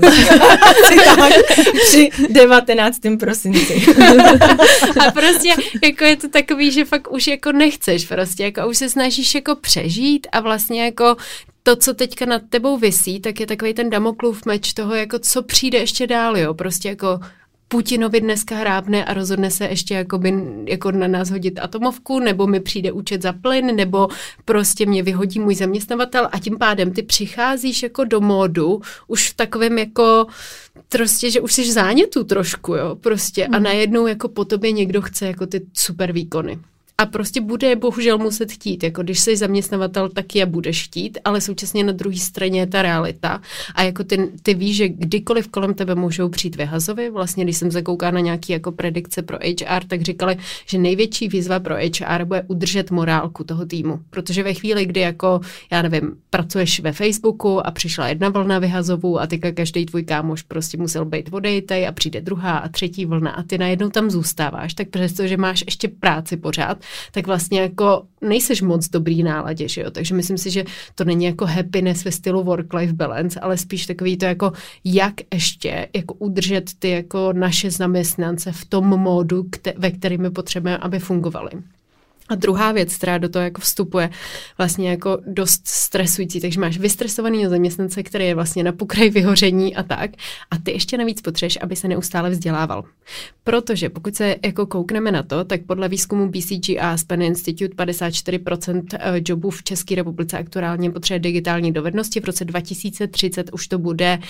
Při 19. prosinci. A prostě jako je to takový, že fakt už jako nechceš prostě, jako už se snažíš jako přežít a vlastně jako to, co teďka nad tebou visí, tak je takový ten Damoklův meč toho, jako co přijde ještě dál, jo, prostě jako Putinovi dneska hrábne a rozhodne se ještě jako na nás hodit atomovku, nebo mi přijde účet za plyn, nebo prostě mě vyhodí můj zaměstnavatel a tím pádem ty přicházíš jako do módu už v takovém jako prostě, že už jsi v zánětu trošku, jo, prostě a najednou jako po tobě někdo chce jako ty super výkony. A prostě bude bohužel muset chtít, jako když jsi zaměstnavatel, tak je budeš chtít, ale současně na druhé straně je ta realita. A jako ty víš, že kdykoliv kolem tebe můžou přijít vyhazovi, vlastně když jsem se koukala na nějaké jako predikce pro HR, tak říkali, že největší výzva pro HR bude udržet morálku toho týmu. Protože ve chvíli, kdy jako, já nevím, pracuješ ve Facebooku a přišla jedna vlna vyhazovů a teďka každý tvůj kámoš prostě musel být odejtej a přijde druhá a třetí vlna a ty najednou tam zůstáváš, tak přestože máš ještě práci pořád, tak vlastně jako nejseš moc dobrý náladě, že jo? Takže myslím si, že to není jako happiness ve stylu work-life balance, ale spíš takový to jako, jak ještě jako udržet ty jako naše zaměstnance v tom módu, ve kterým my potřebujeme, aby fungovali. A druhá věc, která do toho jako vstupuje, vlastně jako dost stresující, takže máš vystresovaný zaměstnance, který je vlastně na pokraji vyhoření a tak, a ty ještě navíc potřebuješ, aby se neustále vzdělával. Protože pokud se jako koukneme na to, tak podle výzkumu BCG a Aspen Institute 54% jobů v České republice aktuálně potřebuje digitální dovednosti, v roce 2030 už to bude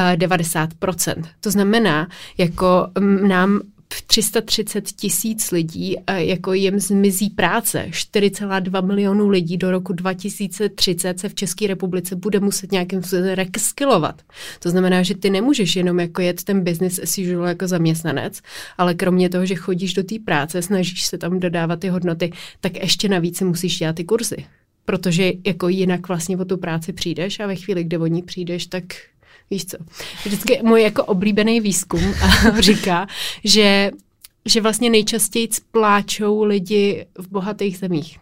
90%. To znamená, jako nám 330 000 lidí, jako jim zmizí práce. 4,2 milionu lidí do roku 2030 se v České republice bude muset nějakým způsobem reskillovat. To znamená, že ty nemůžeš jenom jako jet ten business as usual jako zaměstnanec, ale kromě toho, že chodíš do té práce, snažíš se tam dodávat ty hodnoty, tak ještě navíc musíš dělat ty kurzy. Protože jako jinak vlastně o tu práci přijdeš a ve chvíli, kdy o ní přijdeš, tak víš co, vždycky můj jako oblíbený výzkum říká, že vlastně nejčastěji pláčou lidi v bohatých zemích.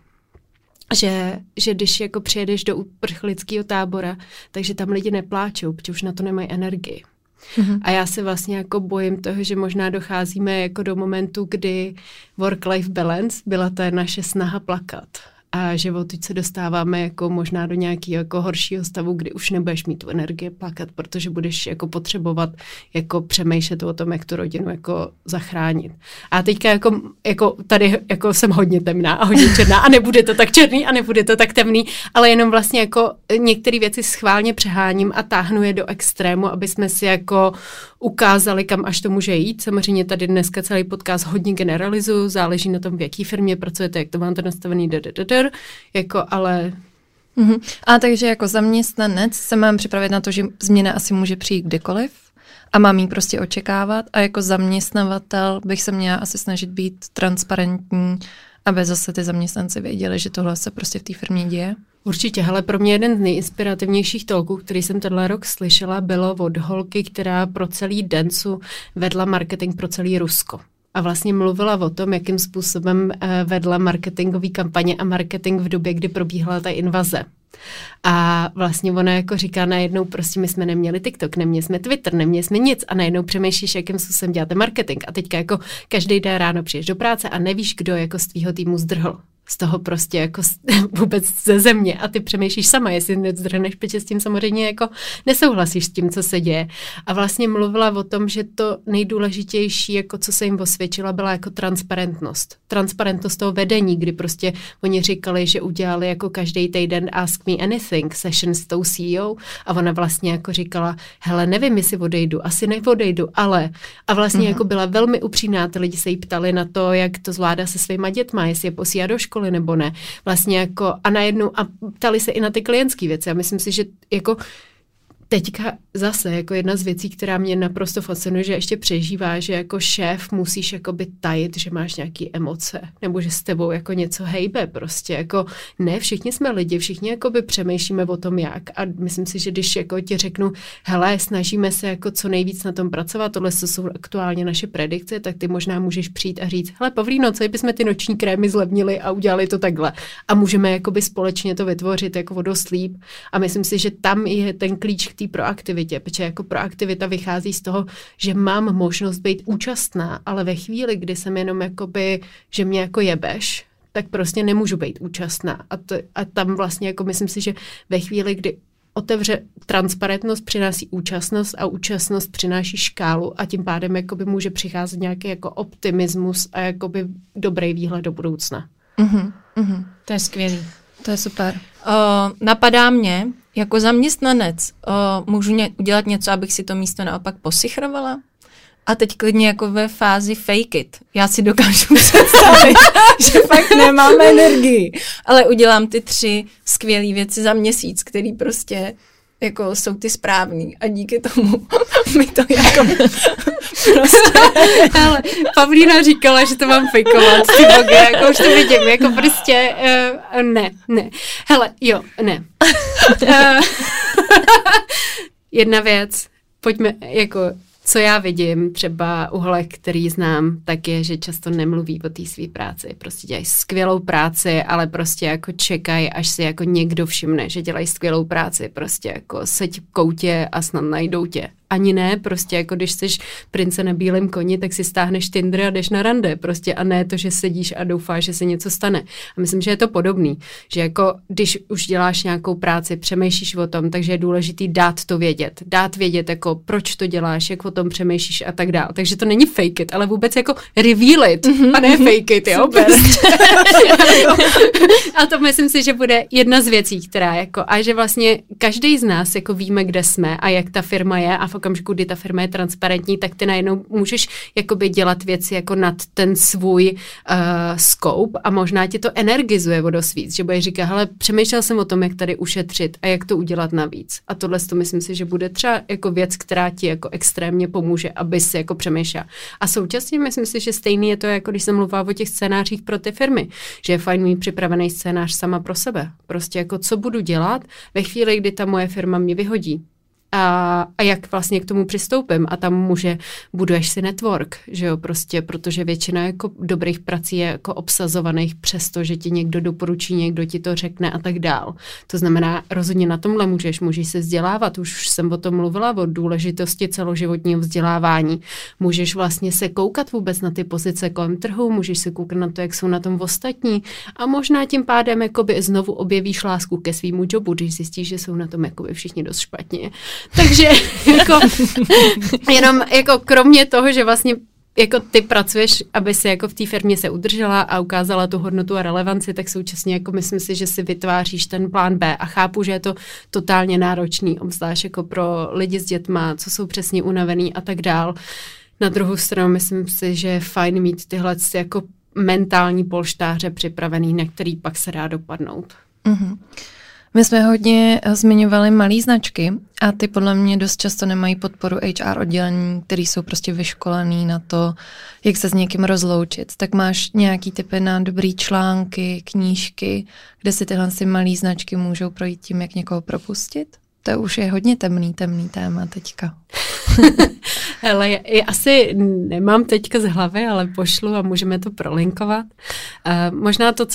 Že když jako přijedeš do uprchlického tábora, takže tam lidi nepláčou, protože už na to nemají energii. Mm-hmm. A já se vlastně jako bojím toho, že možná docházíme jako do momentu, kdy work-life balance byla ta naše snaha plakat. A že odtud se dostáváme jako možná do nějakého jako horšího stavu, kdy už nebudeš mít tu energii plakat, protože budeš jako potřebovat jako přemýšlet o tom, jak tu rodinu jako zachránit. A teďka jako tady jako jsem hodně temná a hodně černá a nebude to tak černý a nebude to tak temný, ale jenom vlastně jako některé věci schválně přeháním a táhnu je do extrému, aby jsme si jako ukázali, kam až to může jít. Samozřejmě tady dneska celý podcast hodně generalizuju, záleží na tom, v jaký firmě pracujete, jak to máte nastavený, jako, ale... Mm-hmm. A takže jako zaměstnanec se mám připravit na to, že změna asi může přijít kdykoliv a mám jí prostě očekávat a jako zaměstnavatel bych se měla asi snažit být transparentní, aby zase ty zaměstnanci věděli, že tohle se prostě v té firmě děje. Určitě, ale pro mě jeden z nejinspirativnějších talků, který jsem tenhle rok slyšela, bylo od holky, která pro celý Densu vedla marketing pro celý Rusko. A vlastně mluvila o tom, jakým způsobem vedla marketingové kampaně a marketing v době, kdy probíhala ta invaze. A vlastně ona jako říká najednou, prostě my jsme neměli TikTok, neměli jsme Twitter, neměli jsme nic a najednou přemýšlíš, jakým způsobem děláte marketing. A teďka jako každý den ráno přijdeš do práce a nevíš, kdo jako z tvýho týmu zdrhl. Z toho prostě jako vůbec ze země a ty přemýšlíš sama, jestli nezdrhneš, protože s tím samozřejmě jako nesouhlasíš s tím, co se děje. A vlastně mluvila o tom, že to nejdůležitější, jako co se jim osvědčila, byla jako transparentnost. Transparentnost toho vedení, kdy prostě oni říkali, že udělali jako každý týden Ask Me Anything session s tou CEO a ona vlastně jako říkala, hele, nevím, jestli odejdu, asi neodejdu, ale. A vlastně jako byla velmi upřímná, ty lidi se jí ptali na to, jak to zvládá se svýma dětma, jestli je posílá do školy nebo ne. Vlastně jako a najednou a ptali se i na ty klientské věci. A myslím si, že jako teďka zase jako jedna z věcí, která mě naprosto fascinuje, že ještě přežívá, že jako šéf musíš jakoby tajit, že máš nějaký emoce, nebo že s tebou jako něco hejbe prostě, jako ne, všichni jsme lidi, všichni jakoby přemýšlíme o tom jak a myslím si, že když jako ti řeknu, hele, snažíme se jako co nejvíc na tom pracovat, tohle jsou aktuálně naše predikce, tak ty možná můžeš přijít a říct, hele, Pavlíno, co bychom ty noční krémy zlevnili a udělali to takhle a můžeme jakoby společně to vytvořit jako o dost líp a myslím si, že tam je ten klíč k té proaktivitě, protože jako proaktivita vychází z toho, že mám možnost být účastná, ale ve chvíli, kdy jsem jenom jakoby, že mě jako jebeš, tak prostě nemůžu být účastná. A tam vlastně jako myslím si, že ve chvíli, kdy otevře transparentnost, přináší účastnost a účastnost přináší škálu a tím pádem jakoby může přicházet nějaký jako optimismus a jakoby dobrý výhled do budoucna. To je skvělý. To je super. Napadá mě, jako zaměstnanec, můžu udělat něco, abych si to místo naopak posichrovala? A teď klidně jako ve fázi fake it. Já si dokážu představit, že fakt nemám energii. Ale udělám ty 3 skvělé věci za měsíc, který prostě jako jsou ty správný a díky tomu mi to jako prostě... Ale Pavlína říkala, že to mám fejkovat, ty bogy, jako už to vidím, jako prostě ne. Hele, jo, ne. Jedna věc, pojďme, jako co já vidím, třeba u holek, který znám, tak je, že často nemluví o té své práci. Prostě dělají skvělou práci, ale prostě jako čekají, až si jako někdo všimne, že dělají skvělou práci. Prostě jako seď v koutě a snad najdou tě. ani ne, prostě jako když jsi prince na bílém koni, tak si stáhneš Tinder a jdeš na rande, prostě a ne to, že sedíš a doufáš, že se něco stane. A myslím, že je to podobný, že jako když už děláš nějakou práci, přemýšlíš o tom, takže je důležitý dát vědět, jako proč to děláš, jak o tom přemýšlíš a tak dále. Takže to není fake it, ale vůbec jako reveal it a ne fake it, jo? A to myslím si, že bude jedna z věcí, která jako, a že vlastně každý z nás jako víme, kde jsme a jak ta firma je a v okamžiku, kdy ta firma je transparentní, tak ty najednou můžeš jakoby dělat věci jako nad ten svůj scope a možná ti to energizuje o dost víc, že budeš říkat, hele, přemýšlel jsem o tom, jak tady ušetřit a jak to udělat navíc. A tohle to myslím si, že bude třeba jako věc, která ti jako extrémně pomůže, aby si jako přemýšlel. A současně myslím si, že stejný je to, jako když jsem mluvila o těch scénářích pro ty firmy, že je fajn mít připravený scénář sama pro sebe. Prostě jako co budu dělat ve chvíli, kdy ta moje firma mě vyhodí. A jak vlastně k tomu přistoupím a tam buduješ si network, že jo, prostě, protože většina jako dobrých prací je jako obsazovaných přesto, že ti někdo doporučí, někdo ti to řekne a tak dál. To znamená, rozhodně na tomhle můžeš se vzdělávat, už jsem o tom mluvila, o důležitosti celoživotního vzdělávání. Můžeš vlastně se koukat vůbec na ty pozice kolem trhu, můžeš se koukat na to, jak jsou na tom ostatní a možná tím pádem jakoby znovu objevíš lásku ke svýmu jobu, když zjistíš, že jsou na tom jakoby všichni dost špatně. Takže jako, jenom jako kromě toho, že vlastně jako ty pracuješ, aby se jako v té firmě se udržela a ukázala tu hodnotu a relevanci, tak současně jako myslím si, že si vytváříš ten plán B a chápu, že je to totálně náročný, obzvlášť jako pro lidi s dětma, co jsou přesně unavený a tak dál. Na druhou stranu myslím si, že je fajn mít tyhle jako mentální polštáře připravený, na který pak se dá dopadnout. Mm-hmm. My jsme hodně zmiňovali malé značky a ty podle mě dost často nemají podporu HR oddělení, který jsou prostě vyškolený na to, jak se s někým rozloučit. Tak máš nějaký tipy na dobrý články, knížky, kde si tyhle malé značky můžou projít tím, jak někoho propustit? To už je hodně temný téma teďka. Hele, já asi nemám teďka z hlavy, ale pošlu a můžeme to prolinkovat. Možná to,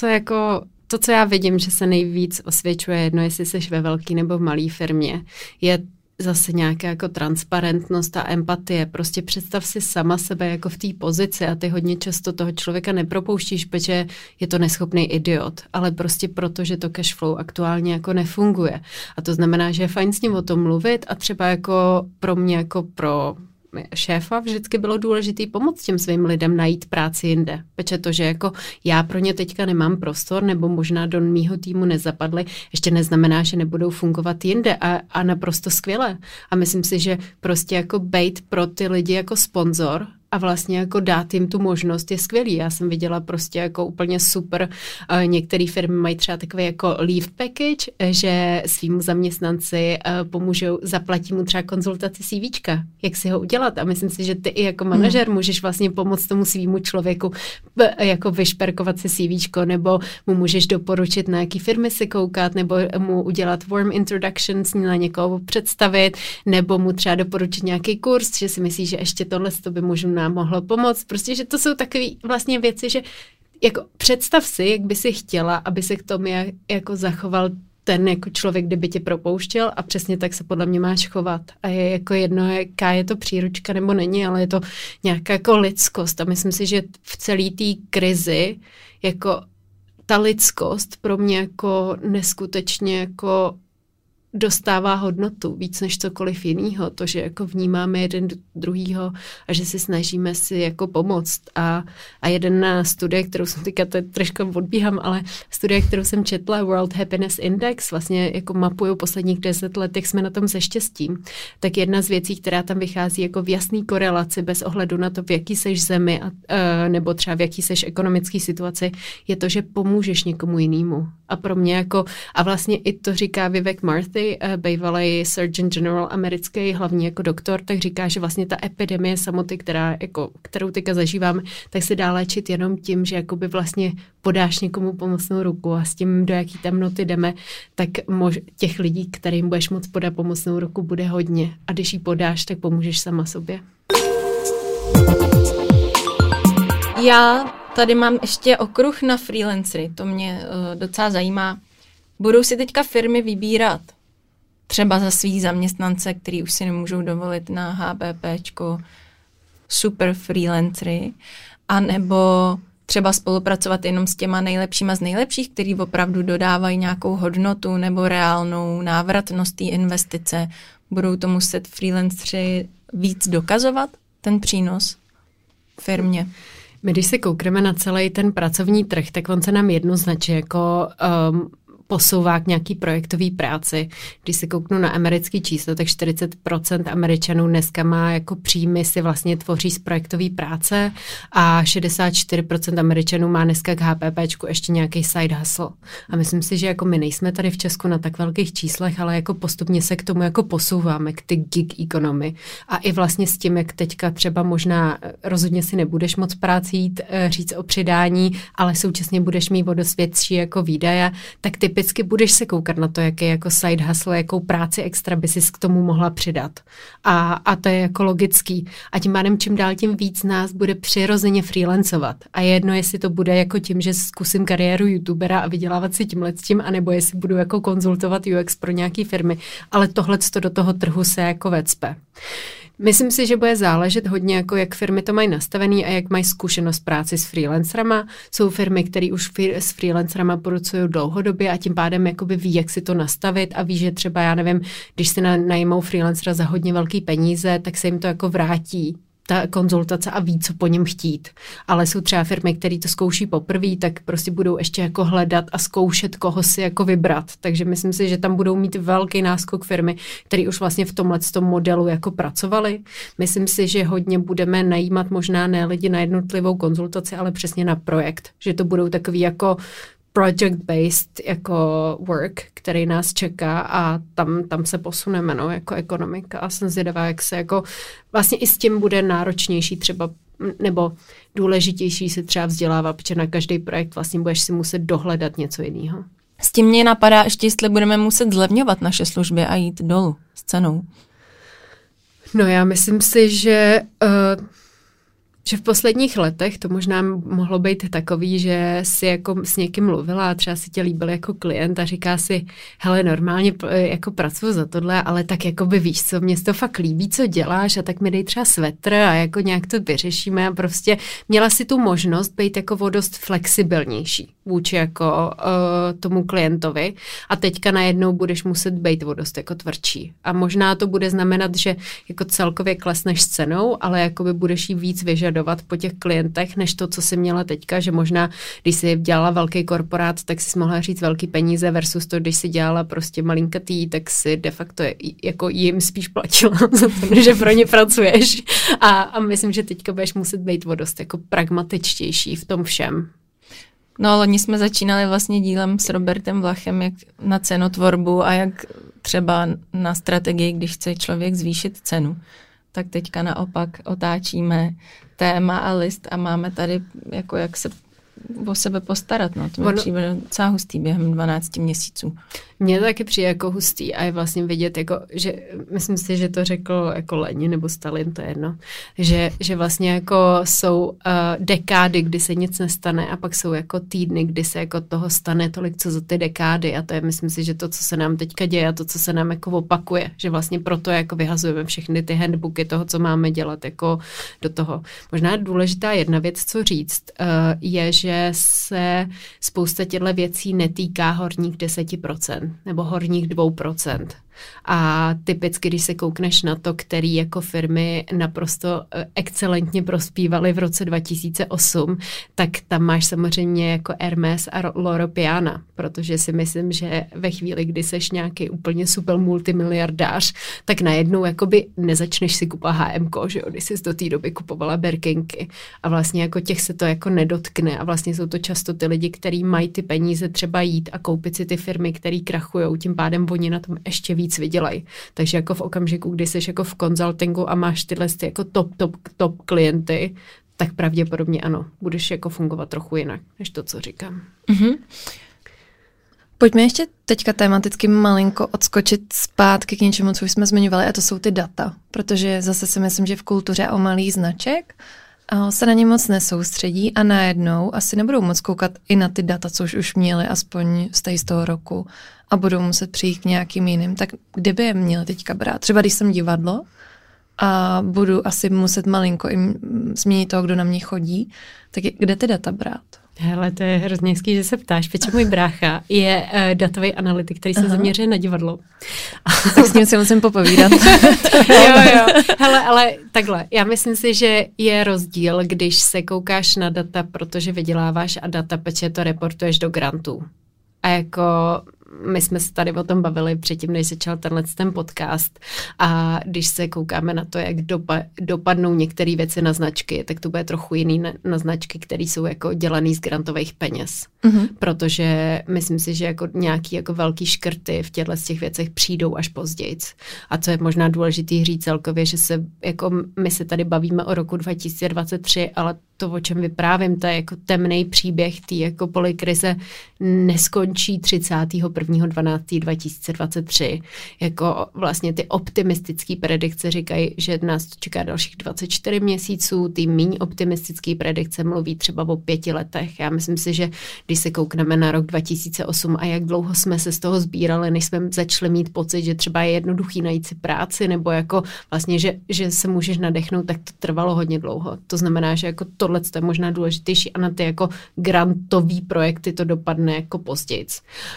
co já vidím, že se nejvíc osvědčuje, jedno, jestli jsi ve velký nebo v malý firmě, je zase nějaká jako transparentnost a empatie. Prostě představ si sama sebe jako v té pozici a ty hodně často toho člověka nepropouštíš, protože je to neschopný idiot, ale prostě proto, že to cash flow aktuálně jako nefunguje. A to znamená, že je fajn s ním o tom mluvit a třeba jako pro mě, jako pro šéfa vždycky bylo důležité pomoct těm svým lidem najít práci jinde. Peče to, že jako já pro ně teďka nemám prostor nebo možná do mýho týmu nezapadly, ještě neznamená, že nebudou fungovat jinde a naprosto skvěle. A myslím si, že prostě jako bejt pro ty lidi jako sponzor a vlastně jako dát jim tu možnost je skvělý. Já jsem viděla prostě jako úplně super. Některé firmy mají třeba takový jako leave package, že svým zaměstnanci pomůžou, zaplatí mu třeba konzultaci CVčka, jak si ho udělat. A myslím si, že ty i jako manažer můžeš vlastně pomoct tomu svýmu člověku jako vyšperkovat si CVčko, nebo mu můžeš doporučit, na jaký firmy si koukat, nebo mu udělat warm introductions, na někoho představit, nebo mu třeba doporučit nějaký kurz, že si myslíš, že ještě tohle to by možná mohlo pomoct. Prostě, že to jsou takové vlastně věci, že jako představ si, jak by si chtěla, aby se k tomu jako zachoval ten jako člověk, kdyby tě propouštěl a přesně tak se podle mě máš chovat. A je jako jedno, jaká je to příručka nebo není, ale je to nějaká jako lidskost. A myslím si, že v celé té krizi jako ta lidskost pro mě jako neskutečně jako dostává hodnotu víc než cokoliv jinýho. To, že jako vnímáme jeden druhýho a že si snažíme si jako pomoct. A jeden studie, kterou jsem teďka trošku odbíhám, ale studie, kterou jsem četla, World Happiness Index, vlastně jako mapují posledních 10 let, jak jsme na tom se štěstím. Tak jedna z věcí, která tam vychází jako v jasný korelaci bez ohledu na to, v jaký seš zemi nebo třeba v jaký seš ekonomický situaci, je to, že pomůžeš někomu jinému. A pro mě jako, a vlastně i to říká Vivek Murthy, bývalý Surgeon General americký, hlavní jako doktor, tak říká, že vlastně ta epidemie samoty, kterou teďka zažíváme, tak se dá léčit jenom tím, že jakoby vlastně podáš někomu pomocnou ruku a s tím, do jaký temnoty jdeme, tak těch lidí, kterým budeš moct podat pomocnou ruku, bude hodně. A když ji podáš, tak pomůžeš sama sobě. Já tady mám ještě okruh na freelancery, to mě docela zajímá. Budou si teďka firmy vybírat třeba za svý zaměstnance, který už si nemůžou dovolit na HPPčko, super freelancery, anebo třeba spolupracovat jenom s těma nejlepšíma z nejlepších, který opravdu dodávají nějakou hodnotu nebo reálnou návratnost té investice. Budou to muset freelanceri víc dokazovat, ten přínos firmě. My, když se koukneme na celý ten pracovní trh, tak on se nám jednoznačně jako posouvá k nějaký projektový práci. Když se kouknu na americký číslo, tak 40% Američanů dneska má jako příjmy si vlastně tvoří z projektové práce a 64% Američanů má dneska k HPPčku ještě nějaký side hustle. A myslím si, že jako my nejsme tady v Česku na tak velkých číslech, ale jako postupně se k tomu jako posouváme, k ty gig economy. A i vlastně s tím, jak teďka třeba možná rozhodně si nebudeš moc práci jít říct o přidání, ale současně budeš mít o dost větší jako výdaje, tak typicky budeš se koukat na to, jaký jako side hustle, jakou práci extra by si k tomu mohla přidat. A to je jako logický. A tím pádem čím dál tím víc nás bude přirozeně freelancovat. A je jedno, jestli to bude jako tím, že zkusím kariéru youtubera a vydělávat si tímhletím, anebo jestli budu jako konzultovat UX pro nějaký firmy. Ale tohleto do toho trhu se jako vecpe. Myslím si, že bude záležet hodně, jako jak firmy to mají nastavený a jak mají zkušenost práci s freelancerama. Jsou firmy, které už s freelancerama pracují dlouhodobě a tím pádem jakoby ví, jak si to nastavit a ví, že třeba, já nevím, když si najmou freelancera za hodně velký peníze, tak se jim to jako vrátí ta konzultace a ví, co po něm chtít. Ale jsou třeba firmy, které to zkouší poprvé, tak prostě budou ještě jako hledat a zkoušet, koho si jako vybrat. Takže myslím si, že tam budou mít velký náskok firmy, které už vlastně v tomhletom modelu jako pracovali. Myslím si, že hodně budeme najímat možná ne lidi na jednotlivou konzultaci, ale přesně na projekt. Že to budou takový jako project-based jako work, který nás čeká a tam se posuneme, no, jako ekonomika a jsem zvědavá, jak se jako vlastně i s tím bude náročnější třeba nebo důležitější se třeba vzdělávat, protože na každý projekt vlastně budeš si muset dohledat něco jiného. S tím mě napadá ještě, jestli budeme muset zlevňovat naše služby a jít dolů s cenou. No já myslím si, že v posledních letech to možná mohlo být takový, že si jako s někým mluvila a třeba si tě líbil jako klient a říká si, hele, normálně jako pracuji za tohle, ale tak jako by víš co, mě to fakt líbí, co děláš a tak mi dej třeba svetr a jako nějak to vyřešíme a prostě měla si tu možnost být jako o dost flexibilnější vůči jako tomu klientovi a teďka najednou budeš muset být o dost jako tvrdší. A možná to bude znamenat, že jako celkově klesneš s cenou, ale jakoby budeš jí víc vyžadovat po těch klientech, než to, co jsi měla teďka, že možná, když jsi dělala velký korporát, tak jsi mohla říct velký peníze versus to, když jsi dělala prostě malinkatý, tak si de facto jako jim spíš platila za to, že pro ně pracuješ. A myslím, že teďka budeš muset být o dost jako pragmatičtější v tom všem. No, loni jsme začínali vlastně dílem s Robertem Vlachem, jak na cenotvorbu a jak třeba na strategii, když chce člověk zvýšit cenu. Tak teďka naopak otáčíme téma a list a máme tady, jako jak se o sebe postarat. No. To mi přijde docela hustý během 12 měsíců. Mně to taky přijde jako hustý a je vlastně vidět, jako, že myslím si, že to řekl jako Lenin nebo Stalin, to je jedno, že vlastně jako jsou dekády, kdy se nic nestane a pak jsou jako týdny, kdy se jako toho stane tolik, co za ty dekády a to je, myslím si, že to, co se nám teďka děje a to, co se nám jako opakuje, že vlastně proto jako vyhazujeme všechny ty handbooky toho, co máme dělat jako do toho. Možná důležitá jedna věc, co říct, je, že se spousta těchto věcí netýká horních 10% nebo horních 2%. A typicky, když se koukneš na to, který jako firmy naprosto excelentně prospívaly v roce 2008, tak tam máš samozřejmě jako Hermes a Loro Piana, protože si myslím, že ve chvíli, kdy seš nějaký úplně super multimiliardář, tak najednou jakoby nezačneš si kupovat H&M, že jo, když jsi do té doby kupovala Birkinky a vlastně jako těch se to jako nedotkne a vlastně jsou to často ty lidi, kteří mají ty peníze třeba jít a koupit si ty firmy, které krachujou, tím pádem oni na tom ještě víc vydělají. Takže jako v okamžiku, kdy jsi jako v konzultingu a máš tyhle jako top klienty, tak pravděpodobně ano, budeš jako fungovat trochu jinak, než to, co říkám. Mm-hmm. Pojďme ještě teďka tematicky malinko odskočit zpátky k něčemu, co už jsme zmiňovali, a to jsou ty data. Protože zase si myslím, že v kultuře o malých značek se na ně moc nesoustředí a najednou asi nebudou moc koukat i na ty data, co už měli aspoň z toho roku. a budou muset přijít k nějakým jiným, tak kde by je měl teďka brát? Třeba když jsem divadlo a budu asi muset malinko změnit toho, kdo na mě chodí, tak kde ty data brát? Hele, to je hrozně hezký, že se ptáš, protože můj brácha je datový analytik, který se zaměřuje na divadlo. Tak s ním si musím popovídat. jo. Hele, ale takhle, já myslím si, že je rozdíl, když se koukáš na data, protože vyděláváš a data, protože to reportuješ do grantů. A jako my jsme se tady o tom bavili předtím, než začal ten podcast a když se koukáme na to, jak dopadnou některé věci na značky, tak to bude trochu jiný na značky, které jsou jako dělaný z grantových peněz. Protože myslím si, že jako nějaký jako velký škrty v těchto těch věcech přijdou až pozdějc. A co je možná důležitý říct celkově, že se jako my se tady bavíme o roku 2023, ale to, o čem vyprávím, to je jako temnej příběh té jako polykrize neskončí 31.12.2023. Jako vlastně ty optimistické predikce říkají, že nás čeká dalších 24 měsíců, ty méně optimistické predikce mluví třeba o 5 letech. Já myslím si, že když se koukneme na rok 2008 a jak dlouho jsme se z toho sbírali, než jsme začali mít pocit, že třeba je jednoduchý najít si práci, nebo jako vlastně, že se můžeš nadechnout, tak to trvalo hodně dlouho. To znamená, že jako tohle je možná důležitější a na ty jako grantový projekty to dopadne jako pozdějc.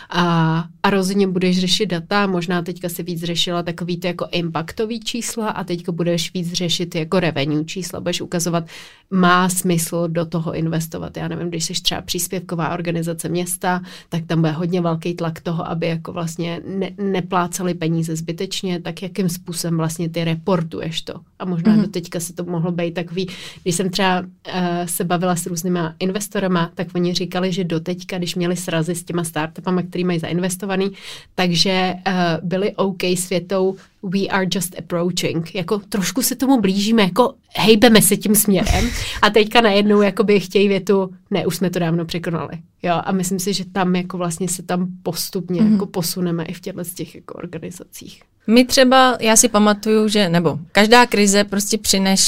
A rozhodně budeš řešit data, možná teďka si víc řešila takový ty jako impactový čísla a teďka budeš víc řešit jako revenue čísla, budeš ukazovat, má smysl do toho investovat. Já nevím, když jsi třeba příspěvková organizace města, tak tam bude hodně velký tlak toho, aby jako vlastně neplácali peníze zbytečně, tak jakým způsobem vlastně ty reportuješ to. A možná do teďka se to mohlo být takový, když jsem třeba se bavila s různýma investorama, tak oni říkali, že doteďka, když měli srazy s těma startupama, který mají zainvestovaný, takže byli OK světou we are just approaching. Jako trošku se tomu blížíme, jako hejbeme se tím směrem a teďka najednou jakoby chtějí větu, ne, už jsme to dávno překonali. Jo, a myslím si, že tam jako vlastně se tam postupně jako posuneme i v těchto těch jako organizacích. My třeba, já si pamatuju, že, nebo každá krize prostě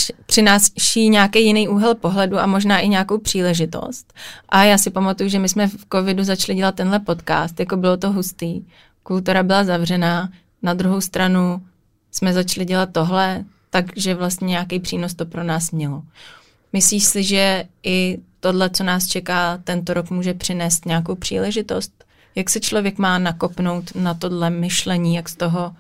přináší nějaký jiný úhel pohledu a možná i nějakou příležitost. A já si pamatuju, že my jsme v covidu začali dělat tenhle podcast, jako bylo to hustý. Kultura byla zavřená, na druhou stranu jsme začali dělat tohle, takže vlastně nějaký přínos to pro nás mělo. Myslíš si, že i tohle, co nás čeká tento rok, může přinést nějakou příležitost? Jak se člověk má nakopnout na tohle myšlení, jak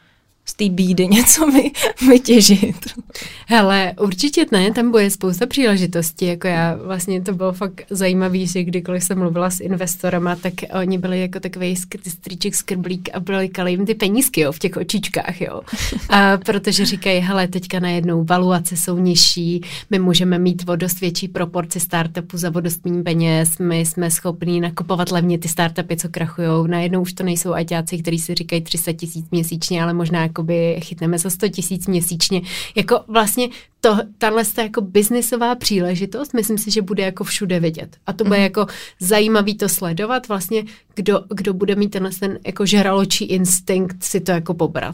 z té bídy něco vytěžit? Hele, určitě ne, tam bude spousta příležitostí, jako já vlastně to bylo fakt zajímavý, že kdykoliv jsem mluvila s investorama, tak oni byli jako takovej strýček skrblík a blikali jim ty penízky, jo, v těch očičkách, jo. A protože říkají, hele, teďka najednou valuace jsou nižší, my můžeme mít o dost větší proporci startupů za o dost méně peněz, my jsme schopní nakupovat levně ty startupy, co krachujou, najednou už to nejsou ajťáci, kteří si říkají 300 000 měsíčně, ale možná jakoby chytneme za 100 000 měsíčně. Jako vlastně tahle jako biznisová příležitost, myslím si, že bude jako všude vidět. A to bude jako zajímavý to sledovat, vlastně kdo bude mít ten jako žraločí instinkt si to jako pobrat.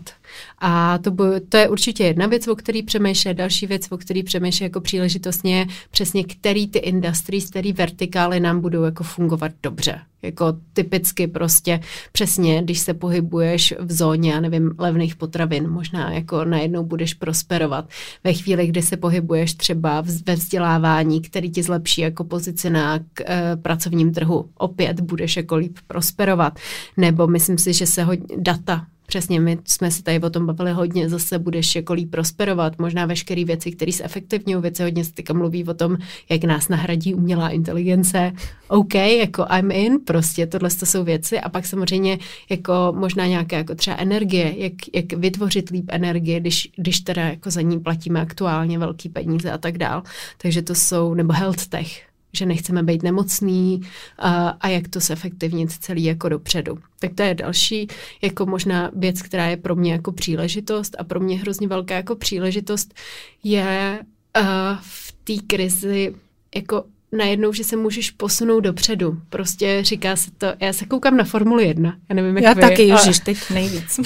A to je určitě jedna věc, o který přemýšlí. Další věc, o který přemýšlí jako příležitostně je přesně, který ty industries, který vertikály nám budou jako fungovat dobře. Jako typicky prostě přesně, když se pohybuješ v zóně, já nevím, levných potravin, možná jako najednou budeš prosperovat. Ve chvíli, kdy se pohybuješ třeba ve vzdělávání, který ti zlepší jako pozici na pracovním trhu, opět budeš jako líp prosperovat. Nebo myslím si, že se data, přesně, my jsme se tady o tom bavili hodně, zase budeš jako líp prosperovat, možná veškeré věci, které se efektivní věci, hodně se teďka mluví o tom, jak nás nahradí umělá inteligence. OK, jako I'm in, prostě tohle jsou věci a pak samozřejmě jako možná nějaká jako třeba energie, jak vytvořit líp energii, když teda jako za ní platíme aktuálně velký peníze a tak dál. Takže to jsou, nebo health tech, že nechceme být nemocný a jak to zefektivnit celý jako dopředu. Tak to je další jako možná věc, která je pro mě jako příležitost a pro mě hrozně velká jako příležitost je v té krizi jako najednou, že se můžeš posunout dopředu. Prostě říká se to, já se koukám na Formuli 1. Já nevím, jak já vy. Taky, ježiš, teď nejvíc.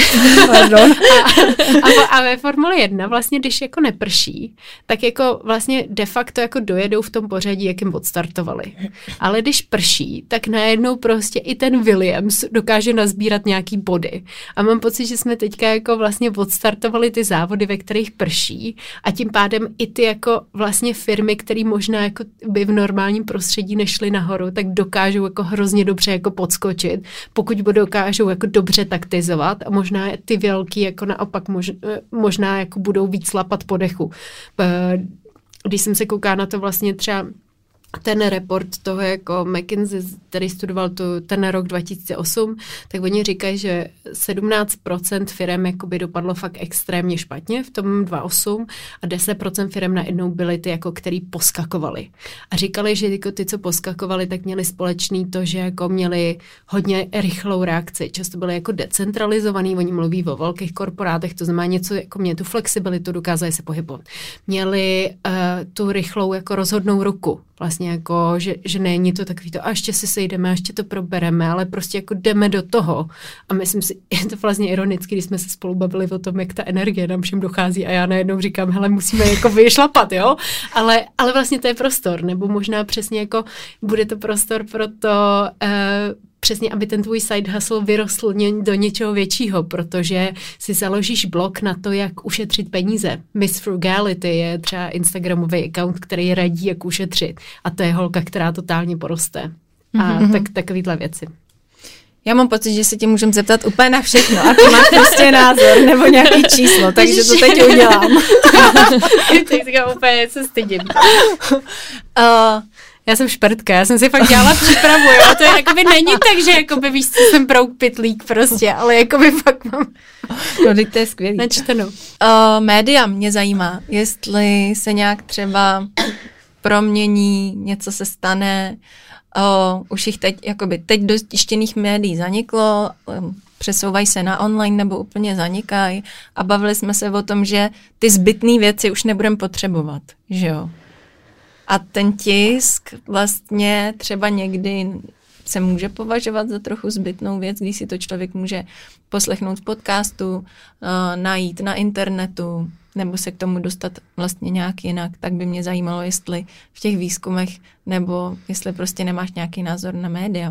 A ve Formuli 1 vlastně, když jako neprší, tak jako vlastně de facto jako dojedou v tom pořadí, jakým odstartovali. Ale když prší, tak najednou prostě i ten Williams dokáže nazbírat nějaký body. A mám pocit, že jsme teďka jako vlastně odstartovali ty závody, ve kterých prší a tím pádem i ty jako vlastně firmy, které možná jako by v normálním prostředí nešly nahoru, tak dokážou jako hrozně dobře jako podskočit, pokud dokážou jako dobře taktizovat a možná ty velký jako naopak možná jako budou víc lapat po dechu. Když jsem se kouká na to vlastně třeba ten report toho jako McKinsey, který studoval ten rok 2008, tak oni říkají, že 17% firem jakoby dopadlo fakt extrémně špatně v tom 2008 a 10% firem najednou byly ty, jako, který poskakovali. A říkali, že jako ty, co poskakovali, tak měli společný to, že jako měli hodně rychlou reakci. Často byly jako decentralizovaný, oni mluví o velkých korporátech, to znamená něco, jako měli tu flexibilitu, dokázali se pohybovat. Měli tu rychlou jako rozhodnou ruku. Vlastně jako, že není to takový to, a ještě si sejdeme, a ještě to probereme, ale prostě jako jdeme do toho. A myslím si, je to vlastně ironicky, když jsme se spolu bavili o tom, jak ta energie nám všem dochází a já najednou říkám, hele, musíme jako vyšlapat, jo? Ale vlastně to je prostor, nebo možná přesně jako bude to prostor pro to, přesně, aby ten tvůj side hustle vyrostl do něčeho většího, protože si založíš blog na to, jak ušetřit peníze. Miss Frugality je třeba Instagramový account, který radí, jak ušetřit. A to je holka, která totálně poroste. A takovýhle věci. Já mám pocit, že se tě můžeme zeptat úplně na všechno a ty máš prostě názor nebo nějaký číslo, takže to teď udělám. Teď říkám úplně, se stydím. Já jsem špertka, já jsem si fakt dělala přípravu, jo, to je jakoby není tak, že jakoby víš, co jsem brouk pytlík prostě, ale jakoby fakt mám. No, teď to je skvělý. Načtenou. Média mě zajímá, jestli se nějak třeba promění, něco se stane, už jich teď do tištěných médií zaniklo, přesouvají se na online nebo úplně zanikají a bavili jsme se o tom, že ty zbytné věci už nebudeme potřebovat, že jo. A ten tisk vlastně třeba někdy se může považovat za trochu zbytnou věc, když si to člověk může poslechnout v podcastu, najít na internetu, nebo se k tomu dostat vlastně nějak jinak, tak by mě zajímalo, jestli v těch výzkumech, nebo jestli prostě nemáš nějaký názor na média.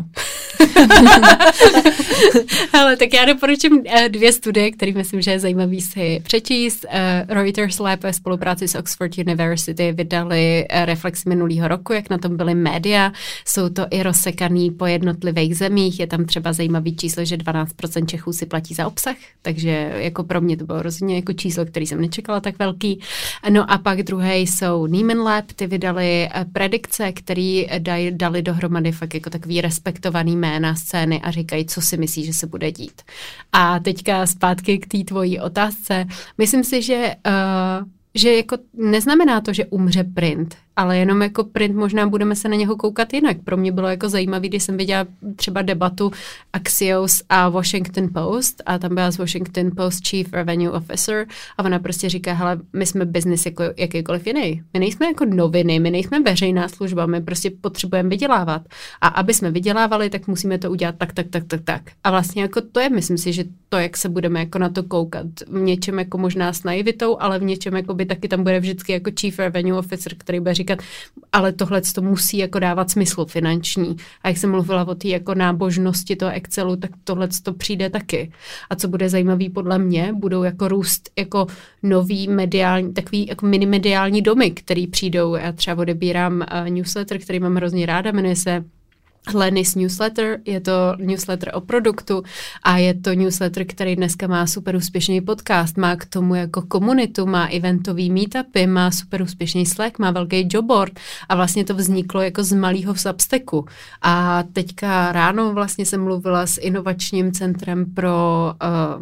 Hele, tak já doporučím 2 studie, které myslím, že je zajímavý si přečíst. Reuters Lab ve spolupráci s Oxford University vydali reflexi minulého roku, jak na tom byly média. Jsou to i rozsekaný po jednotlivých zemích. Je tam třeba zajímavý číslo, že 12% Čechů si platí za obsah, takže jako pro mě to bylo rozhodně jako číslo, který jsem nečekala tak velký. No a pak druhé jsou Nieman Lab, ty vydali predikce, který dali dohromady fakt jako takový respektovaný jména scény a říkají, co si myslí, že se bude dít. A teďka zpátky k té tvojí otázce. Myslím si, že jako neznamená to, že umře print, ale jenom jako print možná budeme se na něho koukat jinak. Pro mě bylo jako zajímavý, když jsem viděla třeba debatu Axios a Washington Post a tam byla z Washington Post Chief Revenue Officer a ona prostě říká, hele, my jsme business jako jakýkoliv jiný. My nejsme jako noviny, my nejsme veřejná služba, my prostě potřebujeme vydělávat. A aby jsme vydělávali, tak musíme to udělat tak. A vlastně jako to je, myslím si, že to, jak se budeme jako na to koukat, v něčem jako možná s naivitou, ale v něčem jako by taky tam bude vždycky jako Chief Revenue Officer, který bude říkat, ale tohle to musí jako dávat smysl finanční. A jak jsem mluvila o té jako nábožnosti toho Excelu, tak tohle to přijde taky. A co bude zajímavý podle mě, budou jako růst jako nový mediální, takový jako minimediální domy, který přijdou. Já třeba odebírám newsletter, který mám hrozně ráda, jmenuje se Lenny's Newsletter, je to newsletter o produktu a je to newsletter, který dneska má super úspěšný podcast, má k tomu jako komunitu, má eventový meetupy, má super úspěšný Slack, má velký jobboard a vlastně to vzniklo jako z malého v Substacku. A teďka ráno vlastně jsem mluvila s inovačním centrem pro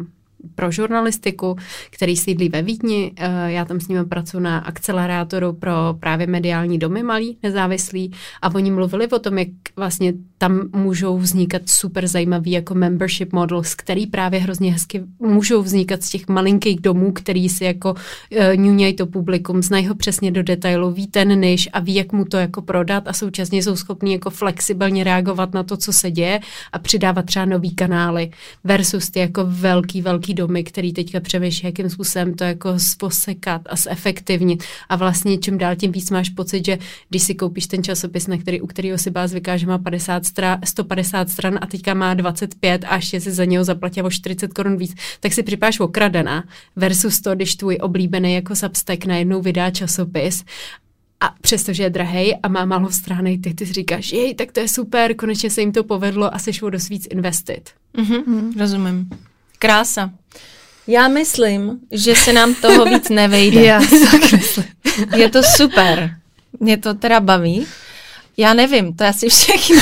pro žurnalistiku, který sídlí ve Vídni. Já tam s nimi pracuji na akcelerátoru pro právě mediální domy malý, nezávislý a oni mluvili o tom, jak vlastně tam můžou vznikat super zajímavý jako membership models, který právě hrozně hezky můžou vznikat z těch malinkých domů, který si jako ňuňají to publikum, znají ho přesně do detailu, ví ten niž a ví, jak mu to jako prodat a současně jsou schopní jako flexibilně reagovat na to, co se děje a přidávat třeba nový kanály versus ty jako velký domy, který teďka přemýšlí, jakým způsobem to jako posekat a zefektivnit a vlastně čím dál tím víc máš pocit, že když si koupíš ten časopis, u kterého si byla zvyká, že má 150 stran a teďka má 25 a ještě si za něho zaplatila o 40 korun víc, tak si připadáš okradená versus to, když tvůj oblíbený jako Substack najednou vydá časopis a přestože je drahej a má málo stránek, ty si říkáš, jej, tak to je super, konečně se jim to povedlo a seš o dost víc investit. Rozumím. Krása. Já myslím, že se nám toho víc nevejde. Já tak myslím. Je to super. Mě to teda baví. Já nevím, to je asi všechno.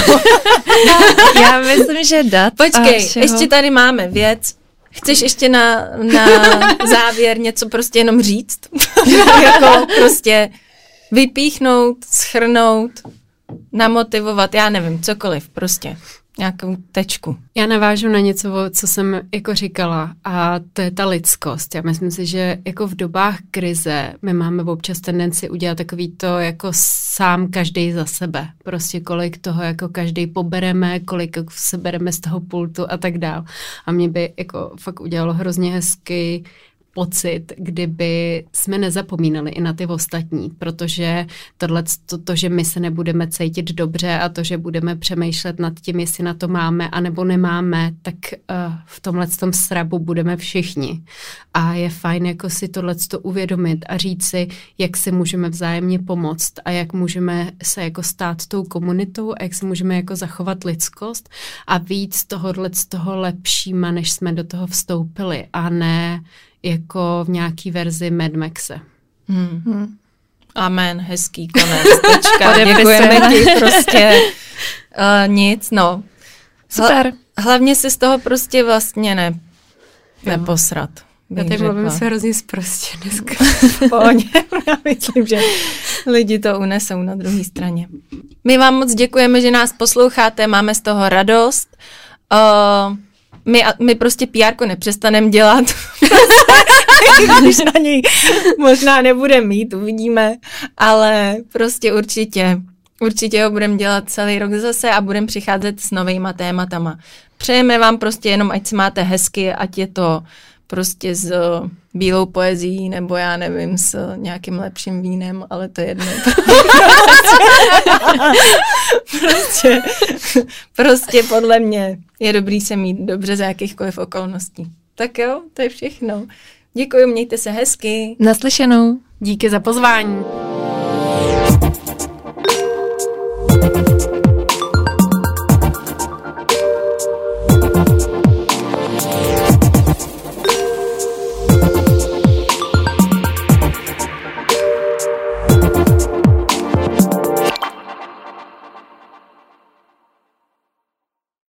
Já myslím, že dat. Počkej, ještě tady máme věc. Chceš ještě na závěr něco prostě jenom říct? Jako prostě vypíchnout, shrnout, namotivovat, já nevím, cokoliv prostě. Nějakou tečku. Já navážu na něco, co jsem jako říkala a to je ta lidskost. Já myslím si, že jako v dobách krize my máme občas tendenci udělat takový to jako sám každý za sebe. Prostě kolik toho jako každý pobereme, kolik se bereme z toho pultu a tak dál. A mě by jako fakt udělalo hrozně hezky pocit, kdyby jsme nezapomínali i na ty ostatní, protože to, že my se nebudeme cítit dobře a to, že budeme přemýšlet nad tím, jestli na to máme anebo nemáme, tak v tomhletom srabu budeme všichni. A je fajn jako si tohleto uvědomit a říct si, jak si můžeme vzájemně pomoct a jak můžeme se jako stát tou komunitou a jak si můžeme jako zachovat lidskost a víc z toho lepšíma, než jsme do toho vstoupili a ne jako v nějaký verzi Mad Maxe. Amen, hezký konec, tečka, děkujeme ti prostě nic, no. Super. Hlavně se z toho prostě vlastně neposrat. Já tady mluvím se hrozně zprostě dneska. Já myslím, že lidi to unesou na druhé straně. My vám moc děkujeme, že nás posloucháte, máme z toho radost. My prostě PR-ko nepřestaneme dělat, když na něj možná nebudeme mít, uvidíme, ale prostě určitě ho budeme dělat celý rok zase a budeme přicházet s novejma tématama. Přejeme vám prostě jenom, ať se máte hezky, ať je to prostě s bílou poezií, nebo já nevím, s nějakým lepším vínem, ale to je jedno. prostě podle mě je dobrý se mít dobře za jakýchkoliv okolností. Tak jo, to je všechno. Děkuji, mějte se hezky. Naslyšenou. Díky za pozvání.